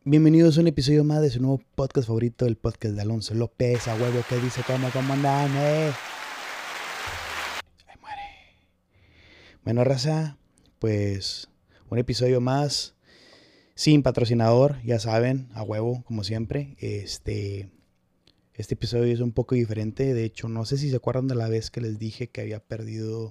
Bienvenidos a un episodio más de su nuevo podcast favorito, el podcast de Alonso López. A huevo, que dice cómo andan, Ay, muere. Bueno, raza, pues un episodio más sin patrocinador, ya saben, a huevo, como siempre. Este episodio es un poco diferente. De hecho, no sé si se acuerdan de la vez que les dije que había perdido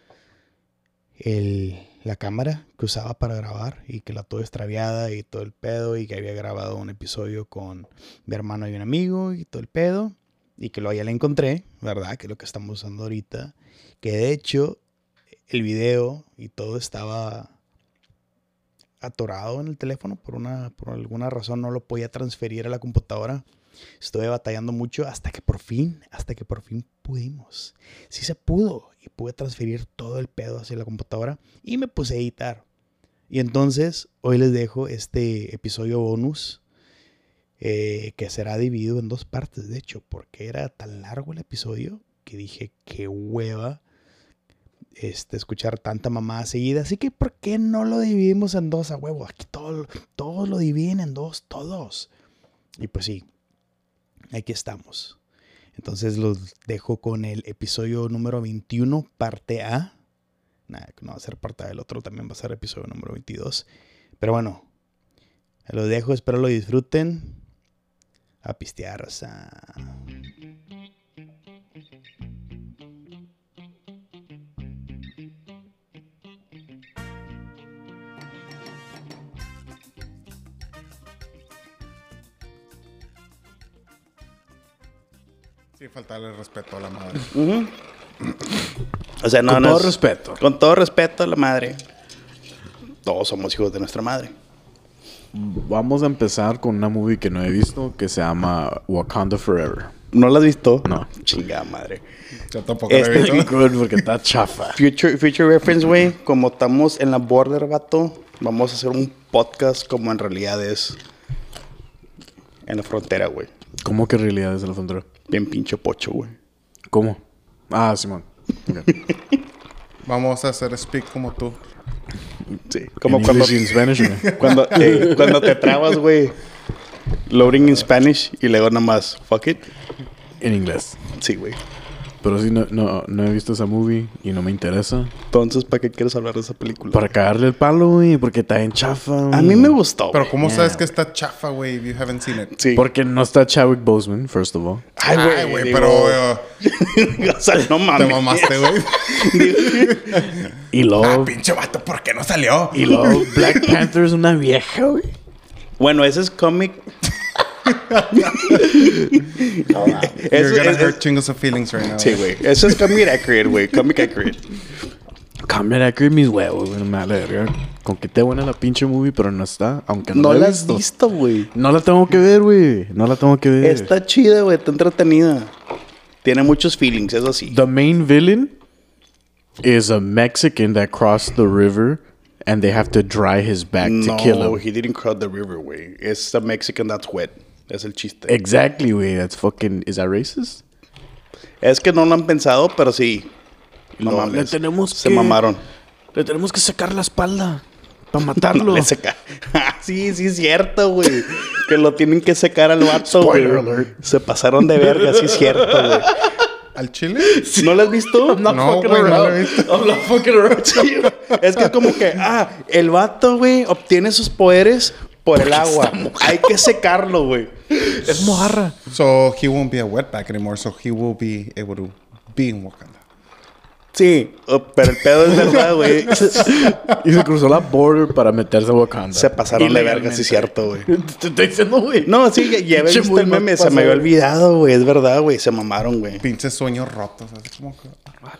la cámara que usaba para grabar y que la tuve extraviada y todo el pedo, y que había grabado un episodio con mi hermano y un amigo y todo el pedo, y que luego ya la encontré, ¿verdad? Que es lo que estamos usando ahorita, que de hecho el video y todo estaba atorado en el teléfono por alguna razón, no lo podía transferir a la computadora. Estuve batallando mucho hasta que por fin pudimos. Sí se pudo y pude transferir todo el pedo hacia la computadora y me puse a editar. Y entonces hoy les dejo este episodio bonus que será dividido en dos partes, de hecho, porque era tan largo el episodio que dije qué hueva escuchar tanta mamada seguida. Así que ¿por qué no lo dividimos en dos a huevo? Aquí todos lo dividen en dos, todos. Y pues sí. Aquí estamos. Entonces los dejo con el episodio número 21, parte A. Nada, no va a ser parte A, el otro también va a ser episodio número 22. Pero bueno, los dejo, espero lo disfruten. A pistear, raza. Sí, faltarle respeto a la madre. Uh-huh. O sea, con todo respeto. Con todo respeto a la madre. Todos somos hijos de nuestra madre. Vamos a empezar con una movie que no he visto que se llama Wakanda Forever. ¿No la has visto? No. Chingada madre. Yo tampoco la he visto. Good porque está chafa. Future reference, güey. Como estamos en la border, vato, vamos a hacer un podcast como en realidad es en la frontera, güey. ¿Cómo que realidad es la frontera? Bien pinche pocho, güey. ¿Cómo? Ah, Simón. Okay. Vamos a hacer speak como tú. Sí. Como ¿En cuando... English y en Spanish, güey? Cuando te trabas, güey. Loading in Spanish y luego nada más. Fuck it. En inglés. Sí, güey. Pero sí, no he visto esa movie y no me interesa. Entonces, ¿para qué quieres hablar de esa película? Para cagarle el palo, güey, porque está en chafa, güey. A mí me gustó, Pero güey. ¿cómo sabes que está chafa, güey, if you haven't seen it? Sí. Porque no está Chadwick Boseman, first of all. Ay, güey, pero... o sea, no mames. te mamaste, güey. Y luego... Pinche vato, ¿por qué no salió? Y luego Black Panther es una vieja, güey. Bueno, ese es cómic. You're gonna hurt chingos of feelings right now. Sí, güey. Eso es comic accurate, güey. Comic accurate. Cámbiale aquí mis huevos, güey. No me vale verga. Con que esté buena la pinche movie, pero no está. Aunque No la la he has visto. visto, güey. No la tengo que ver, güey. No la tengo que ver. Está chida, güey. Está entretenida. Tiene muchos feelings, eso sí. The main villain is a Mexican that crossed the river and they have to dry his back to kill No, him. he didn't cross the river, güey. Es a Mexican that's wet. Es el chiste. Exactly, güey. That's fucking... Is that racist? Es que no lo han pensado, pero sí. No No, mames. le tenemos Se que- mamaron. Le tenemos que sacar la espalda para matarlo. No le seca. Sí, es cierto, güey. Que lo tienen que secar al vato, güey. Spoiler alert. Se pasaron de verga, sí es cierto, güey. ¿Al chile? ¿No lo has visto? No, güey, no lo he visto. I'm not fucking around. Sí, es que es como que, el vato, güey, obtiene sus poderes por el agua. Hay que secarlo, güey. Es mojarra. So he won't be a wetback anymore, so he will be able to be in Wakanda. Sí, pero el pedo es verdad, güey. Y se cruzó la border para meterse a Wakanda. Se pasaron de verga, sí es cierto, güey. Te estoy diciendo, güey. No, sí, ya había Pinche visto el muy meme. mal Se me había pasado. olvidado, güey. Es verdad, güey. Se mamaron, güey. Pinches sueños rotos. Así como que...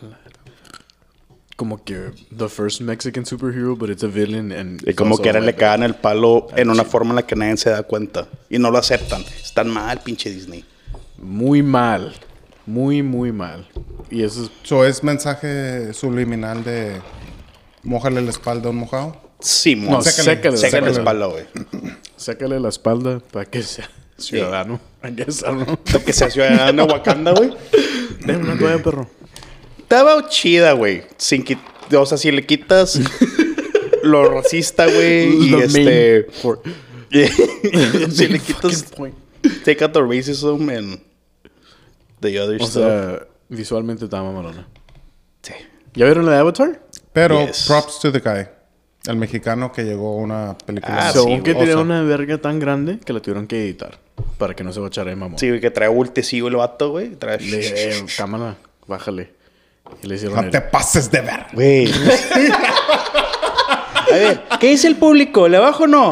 Como que the first Mexican superhero, but it's a villain and Y como also quiera a le white cagan el palo en una forma en la que nadie se da cuenta. Y no lo aceptan. Están mal, pinche Disney. Muy mal. Muy, muy mal. Y eso es... So es mensaje subliminal de... Mójale la espalda a un mojado. Sí, No, sécale. Sécale la espalda, güey. Sácale la espalda para que sea ciudadano. I guess, I don't know. Para que sea ciudadano de Wakanda, güey. Dame una toalla, perro. Estaba chida, güey. O sea, si le quitas lo racista, güey. Y The main for- Si le quitas... Take out the racism and the other O stuff. sea, visualmente estaba mamalona. Sí. ¿Ya vieron la de Avatar? Pero Yes. props to the guy. El mexicano que llegó a una película. Ah, Según sí, que güey. tenía O sea, una verga tan grande que la tuvieron que editar para que no se bachara de mamón. Sí, güey, que trae ultecillo el vato, güey. Trae... Le dije, cámara, bájale. Y le hicieron No el- te pases de ver. Güey. A ver, ¿qué dice el público? ¿Le bajo o no?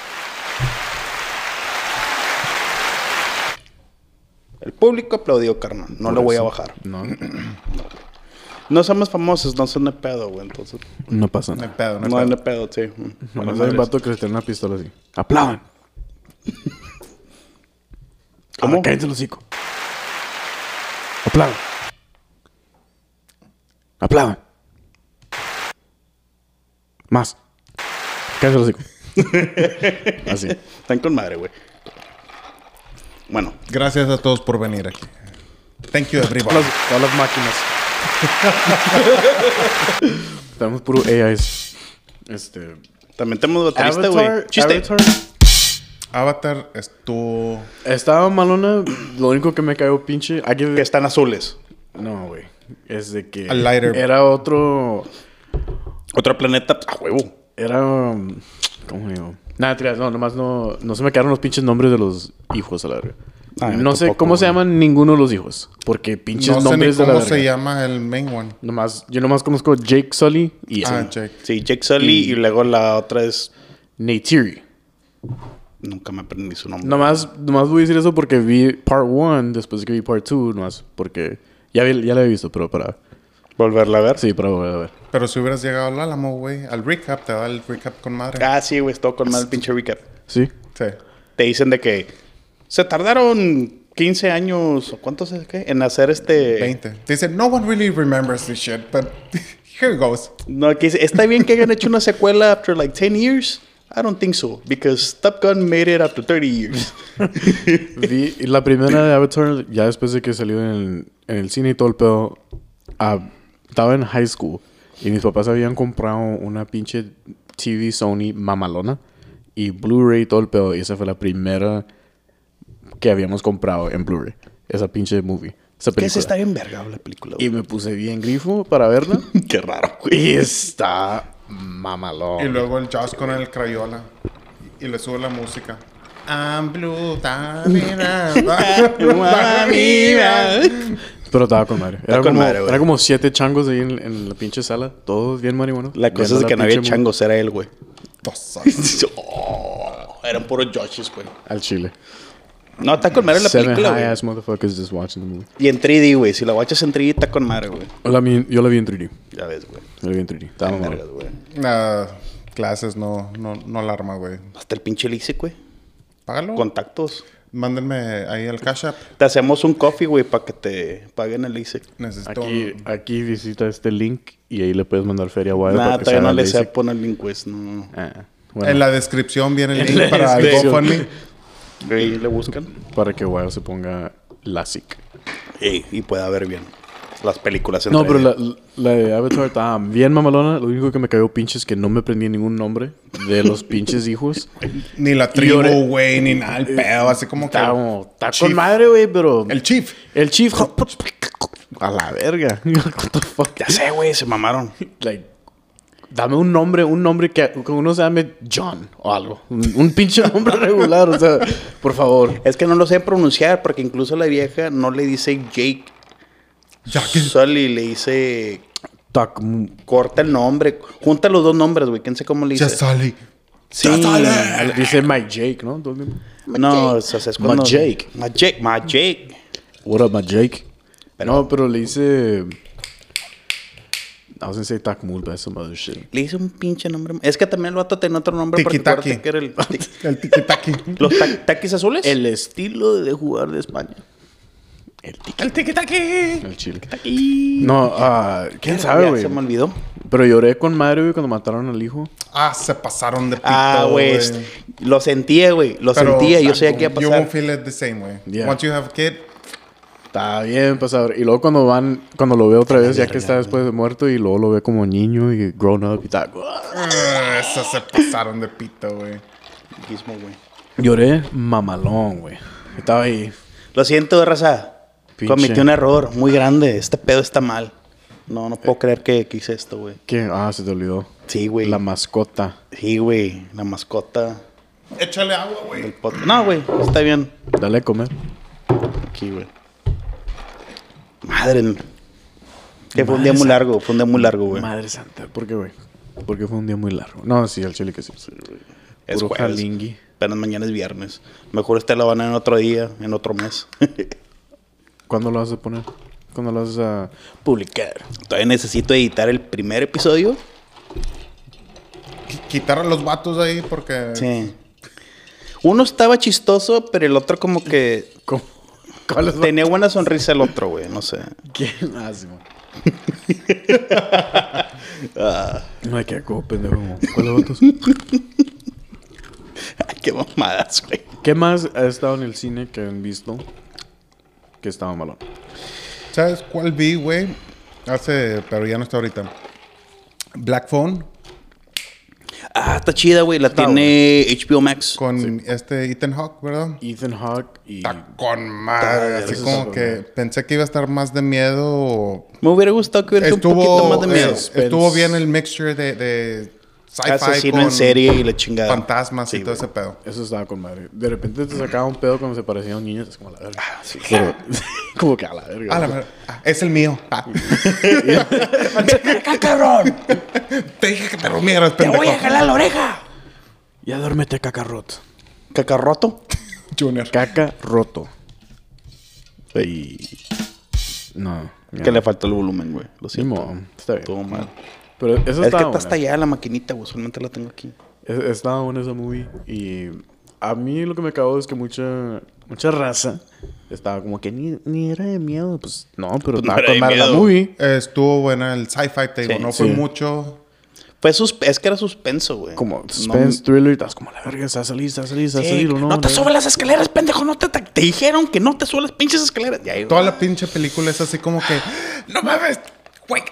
El público aplaudió, carnal. No Por lo voy a eso. bajar. No, No somos famosos, no son de pedo, güey. Entonces, no pasa No hay nada. pedo, no hay no es pedo. de pedo, sí. Nomás hay un vato que le tiene una pistola así. ¡Aplaudan! ¿Cómo? Ah, cállate el hocico. ¡Aplaudan! ¡Aplaudan! Más. Cállate el hocico. Así. Están con madre, güey. Bueno, Gracias a todos por venir aquí. Thank you, everybody. todas las máquinas. Tenemos puro AIs. También tenemos baterista, güey. Chiste. Avatar. Avatar estuvo... Estaba malona. Lo único que me cayó pinche. I give Que it- están azules. No, güey. Es de que. A lighter. Era otro. Otro planeta, a huevo. Era. ¿Cómo digo? Nada, tiras, no, nomás no se me quedaron los pinches nombres de los hijos a la verga. Ah, No sé tampoco, cómo se güey. llaman ninguno de los hijos. Porque pinches No sé ni nombres de la cómo verga. se llama el main one. Yo nomás conozco Jake Sully y Ah, Jake. Sí, Jake Sully y luego la otra es... Neytiri. Nunca me aprendí su nombre. Nomás voy a decir eso porque vi Part 1 después de que vi Part 2. Nomás porque ya la había visto, pero para... ¿Volverla a ver? Sí, para volver a ver. Pero si hubieras llegado al Álamo, güey, al recap, te da el recap con madre. Ah, sí, güey. Estuvo con mal el pinche recap. Sí. Sí. Te dicen de que... Se tardaron 15 años... ¿O cuántos es que? En hacer 20. Te dicen, no one really remembers this shit, but here it goes. No, que dice... ¿Está bien que hayan hecho una secuela after like 10 years? I don't think so. Because Top Gun made it after 30 years. Vi la primera de Avatar ya después de que salió en el cine y todo el pedo. Estaba en high school y mis papás habían comprado una pinche TV Sony mamalona y Blu-ray y todo el pedo. Y esa fue la primera que habíamos comprado en Blu-ray. Esa pinche movie. Esa Que se película. está bien verga la película, Y güey. me puse bien grifo para verla. Qué raro, güey. Y está mamalón. Y luego el Josh con el Crayola. Y le sube la música. I'm blue, Pero estaba con madre. Está con madre, güey. Era como 7 changos ahí en la pinche sala. Todos bien marihuanos. La cosa viendo es que no había pinche changos, era él, güey. Dos horas. Oh, eran puros Joshes, güey. Al chile. No, está con madre la 7 película, güey. high-ass motherfuckers just watching the movie. Y en 3D, güey. Si la watchas en 3D, está con madre, güey. Yo la vi en 3D. Ya ves, güey. Yo la vi en 3D. Estaba Está mamón. vergas, güey. Clases no la arma, güey. Hasta el pinche Lise, güey. Págalo. Contactos. Mándenme ahí el Cash App. Te hacemos un coffee, güey, para que te paguen el ISEC. Necesito Aquí visita este link y ahí le puedes mandar feria a Wyatt Nada, para que todavía se no haga le sé LASIK. poner el link, güey. No. Bueno, En la descripción viene el En link la para el descripción. GoFundMe. Ahí le buscan. para que Wyatt se ponga LASIK. Y pueda ver bien las películas en No, 3D. pero la de Avatar estaba bien mamalona. Lo único que me cayó pinche es que no me aprendí ningún nombre de los pinches hijos. Ni la lloré. tribu, güey, ni nada, el pedo. Así como que... Está Chief. con madre, güey, pero... El Chief. El Chief... A la verga. What the fuck? Ya sé, güey, se mamaron. Like, dame un nombre que uno se llame John o algo. Un pinche nombre regular, o sea, por favor. Es que no lo sé pronunciar porque incluso la vieja no le dice Jake Sully, le dice... Corta el nombre. Junta los dos nombres, güey. ¿Quién sé cómo le dice? Ya sale. Sí. Dice Mike Jake, ¿no? Todo el tiempo. No, o sea, es cuando... Ma Jake. Ma Jake. What up, my Jake? No, pero le dice... I was gonna say Takmul, but that's some other shit. Le hice un pinche nombre. Es que también el vato tenía otro nombre. porque Tiki-taki. acuérdate que era el... El tiki-taki. ¿Los taquis azules? El estilo de jugar de España. El tiki-taki. El chile. No, quién sabe, Ya güey. se me olvidó. Pero lloré con madre, güey, cuando mataron al hijo. Ah, se pasaron de pito, Ah, güey. Lo sentía, güey. Lo Pero, sentía. Yo sabía que iba a You won't pasar. feel it the same way. Yeah. Once you have a kid, Está bien pasado. Y luego cuando lo veo otra vez, ya que está después de muerto, y luego lo ve como niño y grown up y tal. eso se pasaron de pito, güey. Gizmo, güey. Lloré mamalón, güey. Estaba ahí. Lo siento, raza. Pinche. Cometí un error muy grande. Este pedo está mal. No puedo creer que hice esto, güey. ¿Qué? Ah, se te olvidó. Sí, güey. La mascota. Sí, güey. La mascota Échale agua, güey. del podcast. No, güey. Está bien. Dale a comer. Aquí, güey. Madre. Que fue un día muy largo. Fue un día muy largo, güey. Madre santa. ¿Por qué, güey? Porque fue un día muy largo. No, sí, al chile que sí. Es Puro jueves. jalingui. Apenas mañana es viernes. Mejor este lo van a en otro día, en otro mes. ¿Cuándo lo vas a poner? ¿Cuándo lo vas a publicar? Todavía necesito editar el primer episodio. Quitar a los vatos ahí porque... Sí. Uno estaba chistoso, pero el otro como que... ¿Cómo? ¿Cuál es Tenía buena sonrisa el otro, güey. No sé. ¿Quién hace, man? No hay que como pendejo. ¿Cuáles votos? Ay, qué mamadas, güey. ¿Qué más ha estado en el cine que han visto que estaba malón? ¿Sabes cuál vi, güey? Pero ya no está ahorita. Black Phone Ah, está chida, güey. La Está tiene HBO Max. con Ethan Hawke, ¿verdad? Ethan Hawke y... Está con madre. Así eso como está que con pensé que iba a estar más de miedo. Me hubiera gustado que hubiera un poquito más de miedo. Estuvo bien el mixture de sci-fi Asesino con en serie y la chingada. fantasmas Sí, y todo güey. ese pedo. Eso estaba con madre. De repente te sacaba un pedo cuando se parecían a un niño. Es como a la verga. Sí. Pero, como que a la verga. Ah, la verdad. Es el mío. Ah. ¡Cacarrón! Te dije que te rumieras, ¡Te pendejo. voy a jalar la oreja! Ya duérmete, cacarroto. ¿Cacarroto? Junior. Caca roto. Y... No. ya. Que le faltó el volumen, güey. Lo Sí, siento. mo, está bien. Estuvo mal. Pero eso Es que estaba está hasta buena. allá la maquinita, güey. Solamente la tengo aquí. Estaba buena esa movie. Y a mí lo que me cagó es que mucha raza estaba como que ni era de miedo. Pues no, pero Pues no estaba era con de madre la miedo. movie. Estuvo buena el sci-fi, te digo. Sí. No fue Sí. mucho. Es que era suspenso, güey. Como suspense, thriller. Y estás como la verga. Se va a salir, Sí, o no. no te subas las escaleras, pendejo. No te dijeron que no te subas las pinches escaleras. Ya, Toda la pinche película es así como que... ¡No mames! Güey,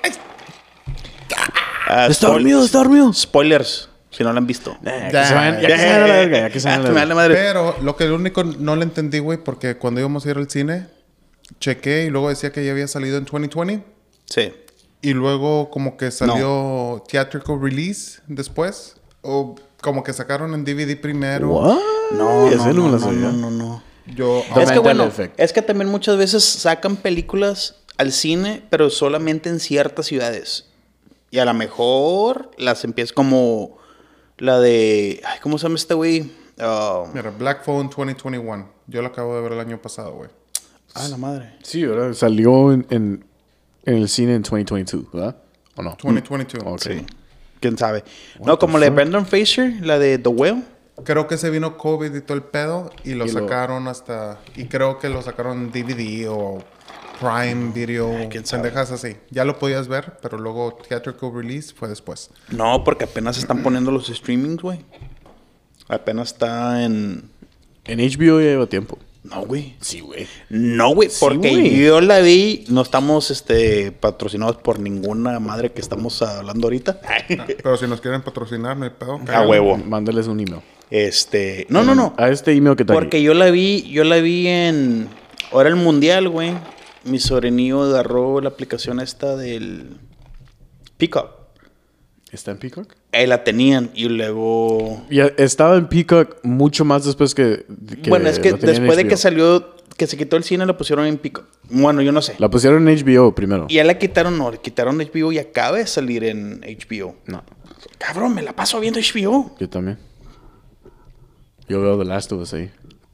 Está dormido. Spoilers, si no la han visto. Ya que se vayan a la verga. Ya que se vayan a la Me verga. vale madre. Pero lo único no le entendí, güey, porque cuando íbamos a ir al cine, chequé y luego decía que ya había salido en 2020. Sí. Y luego como que salió theatrical release después. O como que sacaron en DVD primero. ¿What? No, Ese no me lo no, sabía. no. Yo... The Es que Mandela bueno, Effect. es que también muchas veces sacan películas al cine, pero solamente en ciertas ciudades. Y a lo mejor las empiezas como la de... Ay, ¿cómo se llama este güey? Mira, Black Phone 2021. Yo lo acabo de ver el año pasado, güey. La madre. Sí, ¿verdad? Salió en el cine en 2022, ¿verdad? ¿O no? 2022. Ok. Sí. ¿Quién sabe? No, como la de Brendan Fraser, la de The Whale. Creo que se vino COVID y todo el pedo y lo Y lo- sacaron hasta... Y creo que lo sacaron en DVD o Prime Video, quién sabe. pendejas así. Ya lo podías ver, pero luego theatrical release fue después. No, porque apenas están poniendo los streamings, güey. Apenas está en... En HBO ya lleva tiempo. No, güey. Sí, güey. No, güey, porque güey. yo la vi, no estamos patrocinados por ninguna madre que estamos hablando ahorita. Pero si nos quieren patrocinar, no hay pedo. A cáiganle. huevo. Mándales un email. No. A este email que está Porque aquí. yo la vi en... Ahora el mundial, güey. Mi sobrinillo agarró la aplicación esta del Peacock. ¿Está en Peacock? Ahí la tenían y luego... Ya estaba en Peacock mucho más después que bueno, es que lo tenía en después de HBO. que salió, que se quitó el cine, la pusieron en Peacock. Bueno, yo no sé. La pusieron en HBO primero. Y ya la quitaron, no, le quitaron HBO y acaba de salir en HBO. No, Cabrón, me la paso viendo HBO. yo también. Yo veo The Last of Us ahí.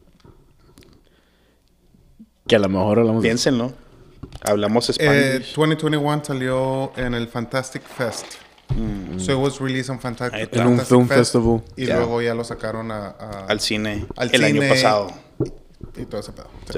Que a lo mejor hablamos de... Piénsenlo. Hablamos Spanish. 2021 salió en el Fantastic Fest. So it was released on Ahí está. En un film festival. Y Ya. luego ya lo sacaron al cine al el año cine. pasado. Y todo ese pedo. Sí.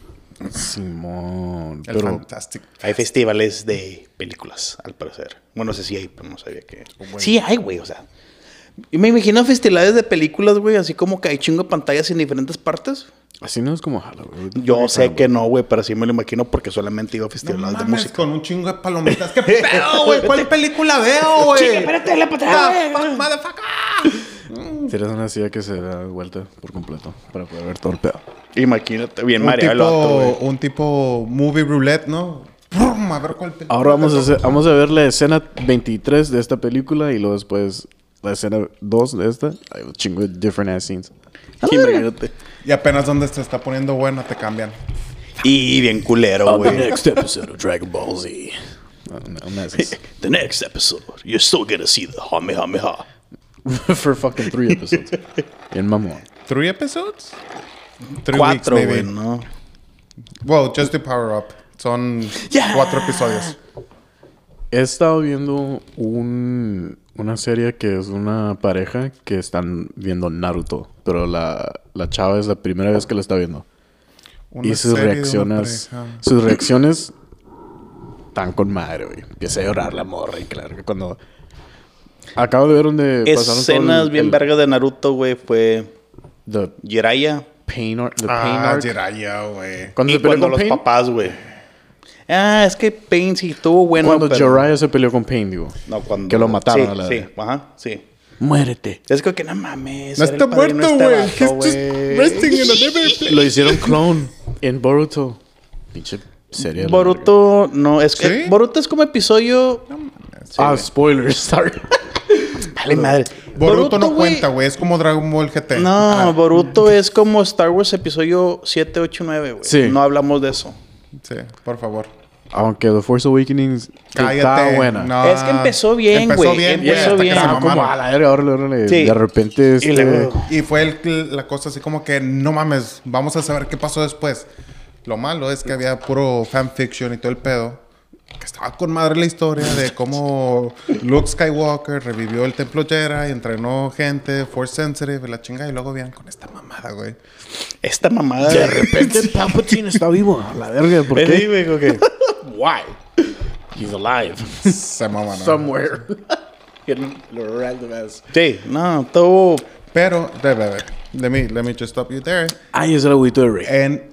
Simón. El Pero Fantastic. Hay festivales de películas, al parecer. Bueno, no sé si hay, pero no sabía que... Sí hay, güey, o sea... Yo me imagino festivales de películas, güey, así como que hay chingo de pantallas en diferentes partes. así no es como jala, güey. Yo sé que no, güey, pero sí me lo imagino porque solamente iba a No festivales de mames, música. con un chingo de palomitas. ¿Qué pedo, güey? ¿Cuál película veo, güey? Chica, espérate, la patada, The güey. fuck, motherfucker. Tienes una silla que se da vuelta por completo para poder ver todo el pedo. Imagínate, bien mareado el vato, güey. Un tipo movie roulette, ¿no? ¡Brum! A ver cuál película. Ahora vamos a ver la escena 23 de esta película y luego después la escena 2 de esta. Hay un chingo de different ass scenes. Imagínate. Y apenas donde se está poniendo buena te cambian. Y bien culero, On the güey. next episode of Dragon Ball Z. Una de esas. The next episode, you're still gonna see the Kamehameha. For fucking 3 episodes. Bien mamón. 3 episodes? 3 4, weeks, güey, maybe. ¿no? Well, just to power up. Son 4 episodios. He estado viendo una serie que es una pareja que están viendo Naruto. Pero la chava es la primera vez que la está viendo. Una Y sus serie de una reacciones... pareja. Sus reacciones... Están con madre, güey. Empieza a llorar la morra. Y claro que cuando... Acabo de ver donde pasaron todo Escenas bien vergas de Naruto, güey, fue The Jiraiya. Pain arc. Jiraiya, güey. Cuando Y se peleó cuando con los Pain. papás, güey. Ah, es que Pain sí estuvo bueno, Cuando pero... Jiraiya se peleó con Pain, digo. No, cuando... Que lo mataron sí, a la Sí, verga. ajá, sí. Muérete. Es que no mames. No era está el padrino muerto, este güey. vato, He's just güey. resting in a different place. Lo hicieron clone en Boruto. Pinche serie. de la verga. Boruto, no, es que ¿Sí? Boruto es como episodio... Spoilers. Sorry. Vale, madre. Boruto no güey, cuenta, güey. Es como Dragon Ball GT. No, Boruto es como Star Wars episodio 7, 8, 9, güey. Sí. No hablamos de eso. Sí, por favor. Aunque The Force Awakenings Cállate. está buena. No. Es que empezó bien, güey. Empezó bien, güey. Empezó hasta que bien. se Ah, como mamaron. a la verga, órale. Sí. De repente Y luego... Y fue la cosa así como que, no mames, vamos a saber qué pasó después. Lo malo es que había puro fanfiction y todo el pedo. Que estaba con madre la historia de cómo Luke Skywalker revivió el templo Jedi, entrenó gente, Force Sensitive, la chinga, y luego vienen con esta mamada, güey. Esta mamada... De repente Palpatine está vivo. A la verga, ¿por Sí, qué? güey, ¿o qué? Why? He's alive. Se mamaron. Somewhere. Lo random ass. Sí, no, todo... Pero, let me just stop you there. Ay, es el agüito de Rey.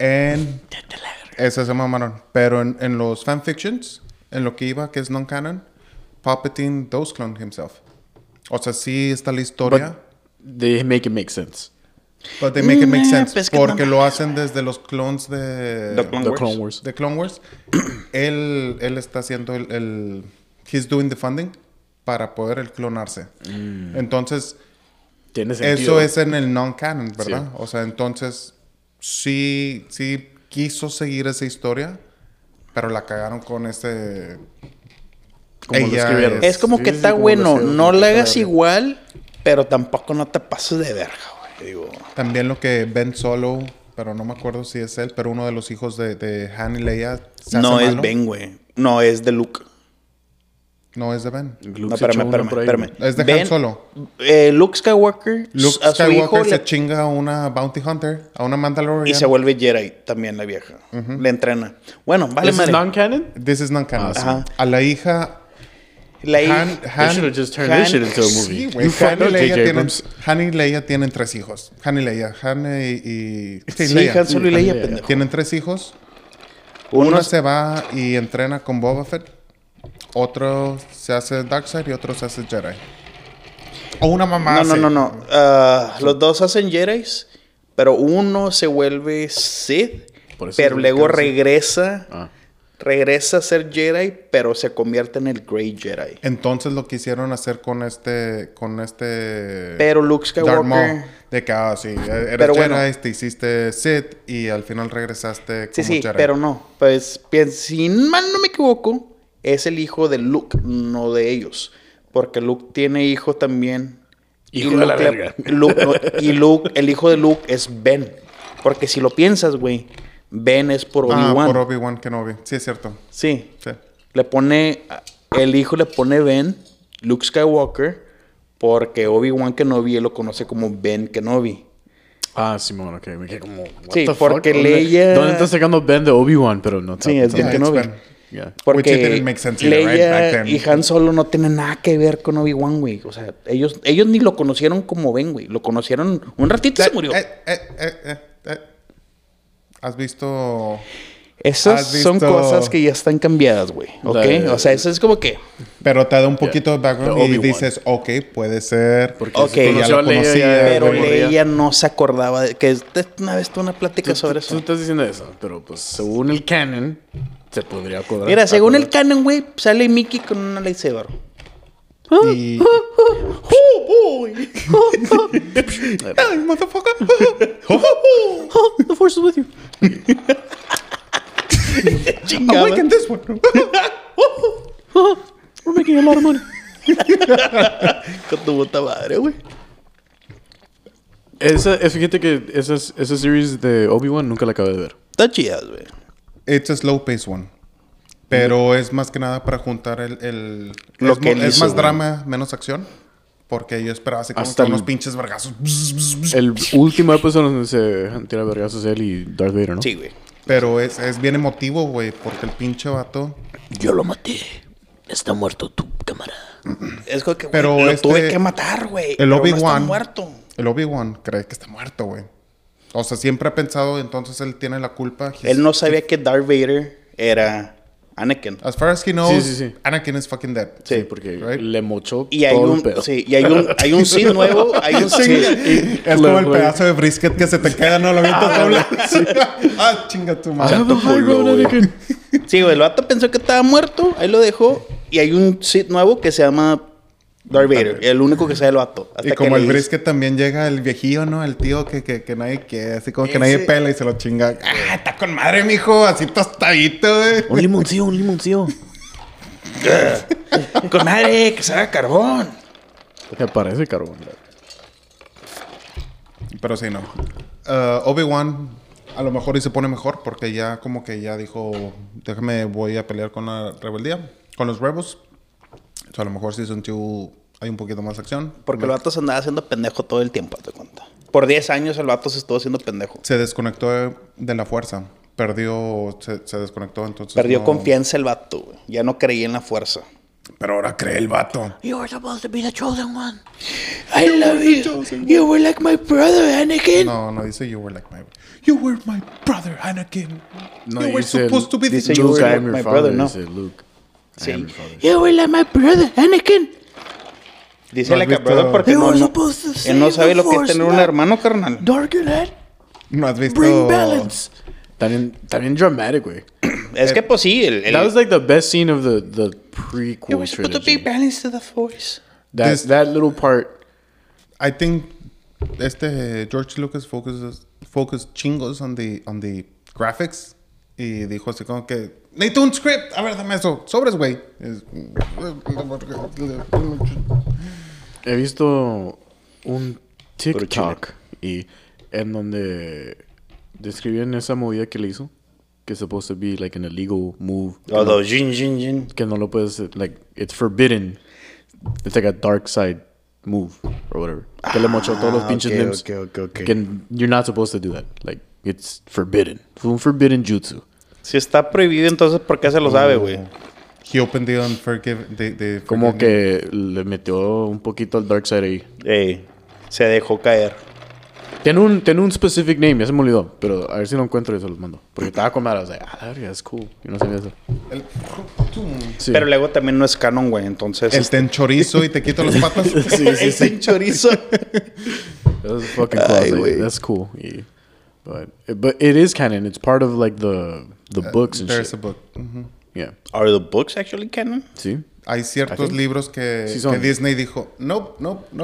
Ese se mamaron. Pero en los fanfictions, en lo que iba, que es non-canon, Palpatine does clone himself. O sea, sí está la historia. They make it make sense. But they make it make sense. pues que Porque no lo hacen desde los clones de... The Clone The Wars. Clone Wars. de Clone Wars. él está haciendo he's doing the funding para poder el clonarse. Entonces, Tiene sentido. eso es en el non-canon, ¿verdad? Sí. O sea, entonces, sí quiso seguir esa historia, pero la cagaron con ese... Como lo Ella escribieron. Es como Sí, que sí, está como bueno. lo hacía, No como la que hagas está igual, pero tampoco no te pases de verga, güey. Digo... También lo que Ben Solo, pero no me acuerdo si es él, pero uno de los hijos de Han y Leia se No hace es malo. Ben, güey. No, es de Luke. No es de Ben. Luke No, se echó espérame, uno por ahí. espérame. Es de Ben- Han Solo. Luke Skywalker, Luke a su hijo Skywalker se le- chinga a una Bounty Hunter, a una Mandalorian. y se vuelve Jedi también la vieja. Le entrena. Bueno, vale, ¿This is madre. non-canon? This is non-canon. Ajá. A la hija... La hija... They should have just turned this shit into a movie. Sí, güey. You fucked up, J.J. Abrams. Han y Leia tienen 3 hijos. Han y Leia. Han y... Sí, Sí, Leia. Han Solo y Leia, Leia. pendejo. Tienen 3 hijos. Uno Uno es- se va y entrena con Boba Fett. Otro se hace Darkseid y otro se hace Jedi. O una mamá. No. Los dos hacen Jedis, pero uno se vuelve Sith, Por eso pero es luego que sí. regresa. Ah. Regresa a ser Jedi, pero se convierte en el Grey Jedi. Entonces lo quisieron hacer con este... Pero Luke Darth Maul. Skywalker... De que, sí, eres Pero Jedi, bueno. te hiciste Sith y al final regresaste Sí, como sí, Jedi. pero no. Pues, si mal no me equivoco, es el hijo de Luke, no de ellos. Porque Luke tiene hijo también. Hijo Y de la Luke verga. y Luke, el hijo de Luke es Ben. Porque si lo piensas, güey, Ben es por Obi-Wan. por Obi-Wan Kenobi. Sí, es cierto. Sí. Sí. Le pone... El hijo le pone Ben, Luke Skywalker, porque Obi-Wan Kenobi él lo conoce como Ben Kenobi. Ah, Simón, ok. Me quedé como... what Sí, the porque fuck? Leia- ¿Dónde está sacando Ben de Obi-Wan? Pero no. Sí, es Ben Yeah, it's Kenobi. Ben. Yeah. Which it Porque didn't make sense either, right? Back Leia then. y Han Solo no tienen nada que ver con Obi-Wan, güey. O sea, ellos ni lo conocieron como Ben, güey. Lo conocieron un ratito y se murió. ¿Has visto Esas ¿Has son visto? cosas que ya están cambiadas, güey. ¿Ok? O sea, eso es como que... Pero te da un poquito de background De y Obi-Wan. dices, ok, puede ser. Porque Ok. si ya conoció lo a Leia, conocía, ya Pero de morrilla. Leia no se acordaba de... Que una vez tuve una plática sobre Tú eso. estás diciendo eso, pero pues según el canon, se podría acordar. Mira, según el canon, güey, sale Mickey con una lightsaber. Y... ¡Oh, boy! ¡Ay, motherfucker! The force is with you. Awaken this one. We're making a lot of money. Con tu puta madre, güey. Fíjate que esa series de Obi-Wan nunca la acabé de ver. Está chidas, güey. It's a slow pace one. Pero es más que nada para juntar el Lo es, que él es hizo, más güey. drama, menos acción. Porque yo esperaba así como Hasta que unos el- pinches vergazos. El último episodio donde se tira vergazos él y Darth Vader, ¿no? Sí, güey. Pero es bien emotivo, güey. Porque el pinche vato... Yo lo maté. Está muerto tu camarada. Es como que, güey, Pero lo este- tuve que matar, güey. el pero no está Obi-Wan- muerto. El Obi-Wan cree que está muerto, güey. O sea, siempre ha pensado, entonces él tiene la culpa. Él no sabía que Darth Vader era Anakin. As far as he knows, Sí, sí, sí. Anakin is fucking dead. Sí, porque Right? le mochó Y hay todo el un... pedo. Sí, y hay un Sith nuevo. Hay un Sith... Es como el Güey. pedazo de brisket que se te queda, ¿no? Lo avientas doble. Ah, chinga tu I madre. have a high ground, Anakin. Sí, güey. El vato pensó que estaba muerto. Ahí lo dejó. Y hay un Sith nuevo que se llama Darth Vader. El único que sabe el vato. Hasta Y como que el le dice- brisket también llega el viejillo, ¿no? El tío que nadie quiere, así como que nadie pela y se lo chinga. Ah, está con madre, mijo, así tostadito, güey. Un limoncillo, un limoncillo. Con madre, que se haga carbón. Me parece carbón. Pero sí, no. Obi-Wan a lo mejor y se pone mejor porque ya como que ya dijo, déjame, voy a pelear con la rebeldía, con los rebels. O sea, a lo mejor Season 2 hay un poquito más de acción. Porque el vato se andaba haciendo pendejo todo el tiempo, te cuenta. Por 10 años el vato se estuvo haciendo pendejo. Se desconectó de la fuerza. Perdió, se desconectó, entonces Perdió no- confianza el vato, güey. Ya no creía en la fuerza. Pero ahora cree el vato. You were supposed to be the chosen one. I love you. You were like my brother, Anakin. No dice you were like my... You were my brother, Anakin. No, you were dice- supposed to be dice the... you Luke, were I am my your brother, father. no. Dice Luke. I am your father. You were like my brother, Anakin. Dice ¿No has like a visto- brother porque You no, were no, supposed to él save no sabe the lo que es Force, tener un not hermano, carnal. darken it. ¿No has visto... Bring balance. También dramatic, güey. Es que pues sí, el That was like the best scene of the prequel It was supposed to be trilogy. balanced to the force. That little part. I think George Lucas focused chingos on the graphics y dijo así como que necesito un script, a ver, dame eso, sobres, güey. He visto un TikTok y en donde describían esa movida que le hizo, que es supposed to be like an illegal move. Oh, los jin, jin, jin. Que no lo puedes, like, it's forbidden. It's like a dark side move or whatever. Que le mochó todos los pinches ok, limbs. ok. Que you're not supposed to do that. Like, it's forbidden. Fue un forbidden jutsu. Si está prohibido, entonces ¿por qué se lo sabe, güey? He opened the unforgiven... the Como forgiven- que le metió un poquito al dark side ahí. Se dejó caer. Tiene un specific name, ya se me olvidó. Pero a ver si lo encuentro y se los mando. Porque estaba con madre. O sea, la verga, es cool. Yo no sabía eso. El, Sí. Pero luego también no es canon, güey. Entonces. el te enchorizo y te quito las patas. Ese chorizo. That's fucking cool. I was Ay, like, güey. that's cool. Yeah. But it is canon. It's part of like the books and There's shit. a book. Mhm. Yeah. Are the books actually canon? Sí. Hay I ciertos think- libros que, Sí son. que Disney dijo, nope.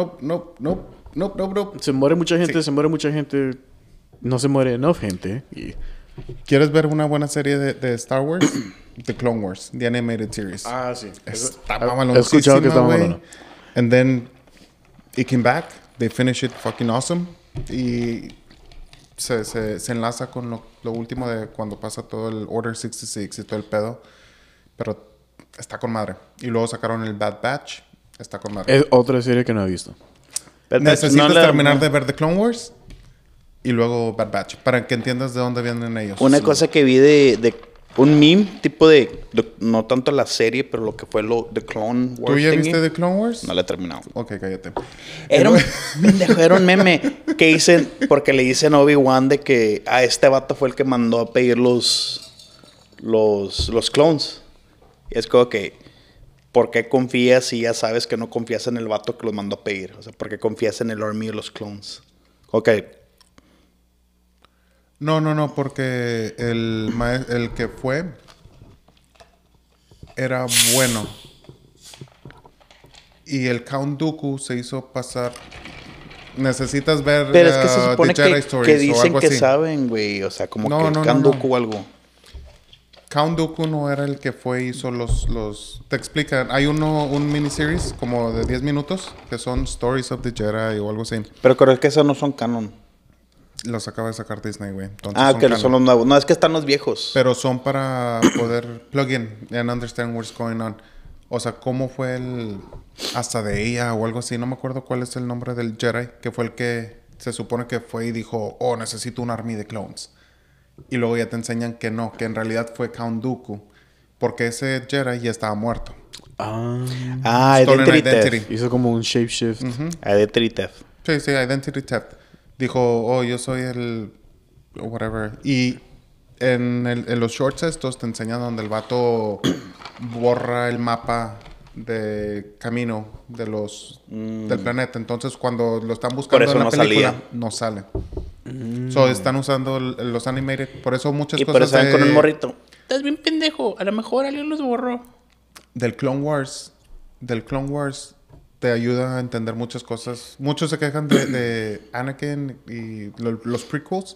Se muere mucha gente, no se muere enough gente. Y... ¿Quieres ver una buena serie de Star Wars? The Clone Wars, the animated series. sí. Está He escuchado que está mamaloncísima, güey. mamalona. And then it came back. They finished it fucking awesome. Y se enlaza con lo último de cuando pasa todo el Order 66 y todo el pedo. Pero está con madre. Y luego sacaron el Bad Batch. Está con madre. Es otra serie que no he visto. Necesitas No la- terminar de ver The Clone Wars y luego Bad Batch para que entiendas de dónde vienen ellos. Una Sí. cosa que vi de un meme, tipo no tanto la serie, pero lo que fue The Clone Wars. ¿Tú ya thingy. viste The Clone Wars? No la he terminado. Ok, cállate. Era un pendejo, era un meme que dicen, porque le dicen a Obi-Wan de que este vato fue el que mandó a pedir los los clones. Y es como que, ¿por qué confías si ya sabes que no confías en el vato que los mandó a pedir? O sea, ¿por qué confías en el army de los clones? Ok. No, porque el que fue era bueno. Y el Count Dooku se hizo pasar. Necesitas ver Pero es que se supone The Jedi que Stories o dicen algo que así. saben, güey. O sea, como No, que no, no, Kanduku no. o algo. Count Dooku no era el que fue y hizo los... Te explican. Hay un miniseries como de 10 minutos que son Stories of the Jedi o algo así. Pero creo que esos no son canon. Los acaba de sacar Disney, güey. Entonces Ah, que canon. son los nuevos. No, es que están los viejos. Pero son para poder plug in and understand what's going on. O sea, cómo fue el... Hasta de ella o algo así. No me acuerdo cuál es el nombre del Jedi. Que fue el que se supone que fue y dijo... Oh, necesito un army de clones. Y luego ya te enseñan que no. Que en realidad fue Count Dooku. Porque ese Jedi ya estaba muerto. Ah, Stolen Identity Theft. Identity. Hizo como un shapeshift. Identity Theft. Sí, Identity Theft. Dijo, oh, yo soy el... Whatever. Y en los shorts estos te enseñan donde el vato borra el mapa de camino de del planeta. Entonces, cuando lo están buscando Por eso en la no película, salía. no sale. So, están usando los animated. Por eso muchas Y cosas por eso van con de- el morrito. Estás bien pendejo. A lo mejor alguien los borró. del Clone Wars te ayuda a entender muchas cosas. Muchos se quejan de Anakin y los prequels,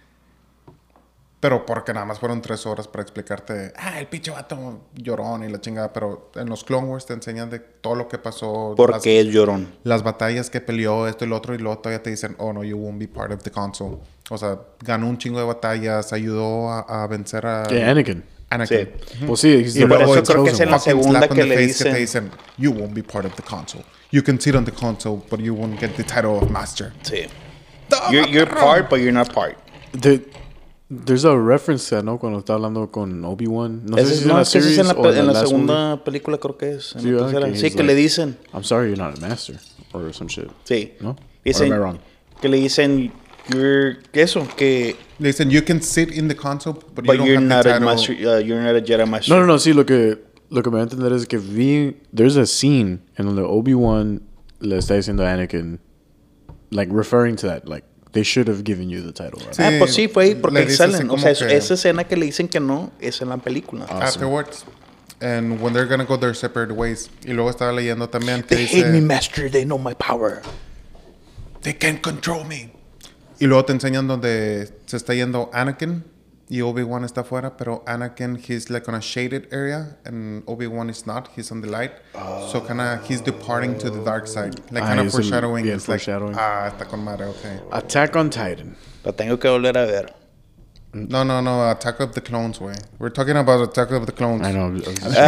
pero porque nada más fueron 3 horas para explicarte, el pinche vato llorón y la chingada, pero en los Clone Wars te enseñan de todo lo que pasó, ¿Por qué es llorón? las batallas que peleó, esto y lo otro, y luego todavía te dicen, oh no, you won't be part of the council. O sea, ganó un chingo de batallas, ayudó a vencer a Que Anakin. Anakin. Pues sí, he's Y the por luego eso chosen creo que one. es en la fucking segunda slap on que the le face dicen- te dicen, you won't be part of the council. You can sit on the council, but you won't get the title of master. Sí. You're part, but you're not part. There's a reference to that, ¿no? Cuando está hablando con Obi-Wan. No sé Ese si es, es en no, la es que ese es series en la, o en la last segunda movie. película, creo que es. En Sí, la ¿verdad? tercera. Que Sí, he's que le like, dicen. I'm sorry you're not a master. Or some shit. Sí. ¿No? Dicen, Or am I wrong? que le dicen, que Le dicen, you can sit in the council, but but you you're don't not have a the master, title. you're not a Jedi master. No, sí, lo que me va a entender es que there's a scene en donde Obi-Wan le está diciendo a Anakin, like, referring to that, like, they should have given you the title, right? Sí, Ah, pues sí, fue ahí porque le ahí dice así salen. O como sea, que- esa escena que le dicen que no es en la película. Afterwards. And when they're gonna go their separate ways. Y luego estaba leyendo también que They hate me, dice, master. They know my power. they can't control me. Y luego te enseñan donde se está yendo Anakin y Obi-Wan está afuera, pero Anakin, he's like on a shaded area and Obi-Wan is not. He's on the light. So kinda, he's departing to the dark side. Like Ah, kind of es el- foreshadowing. yeah, It's like, foreshadowing. está con madre, okay. Attack on Titan. La tengo que volver a ver. No, Attack of the Clones, güey. We're talking about Attack of the Clones. I know.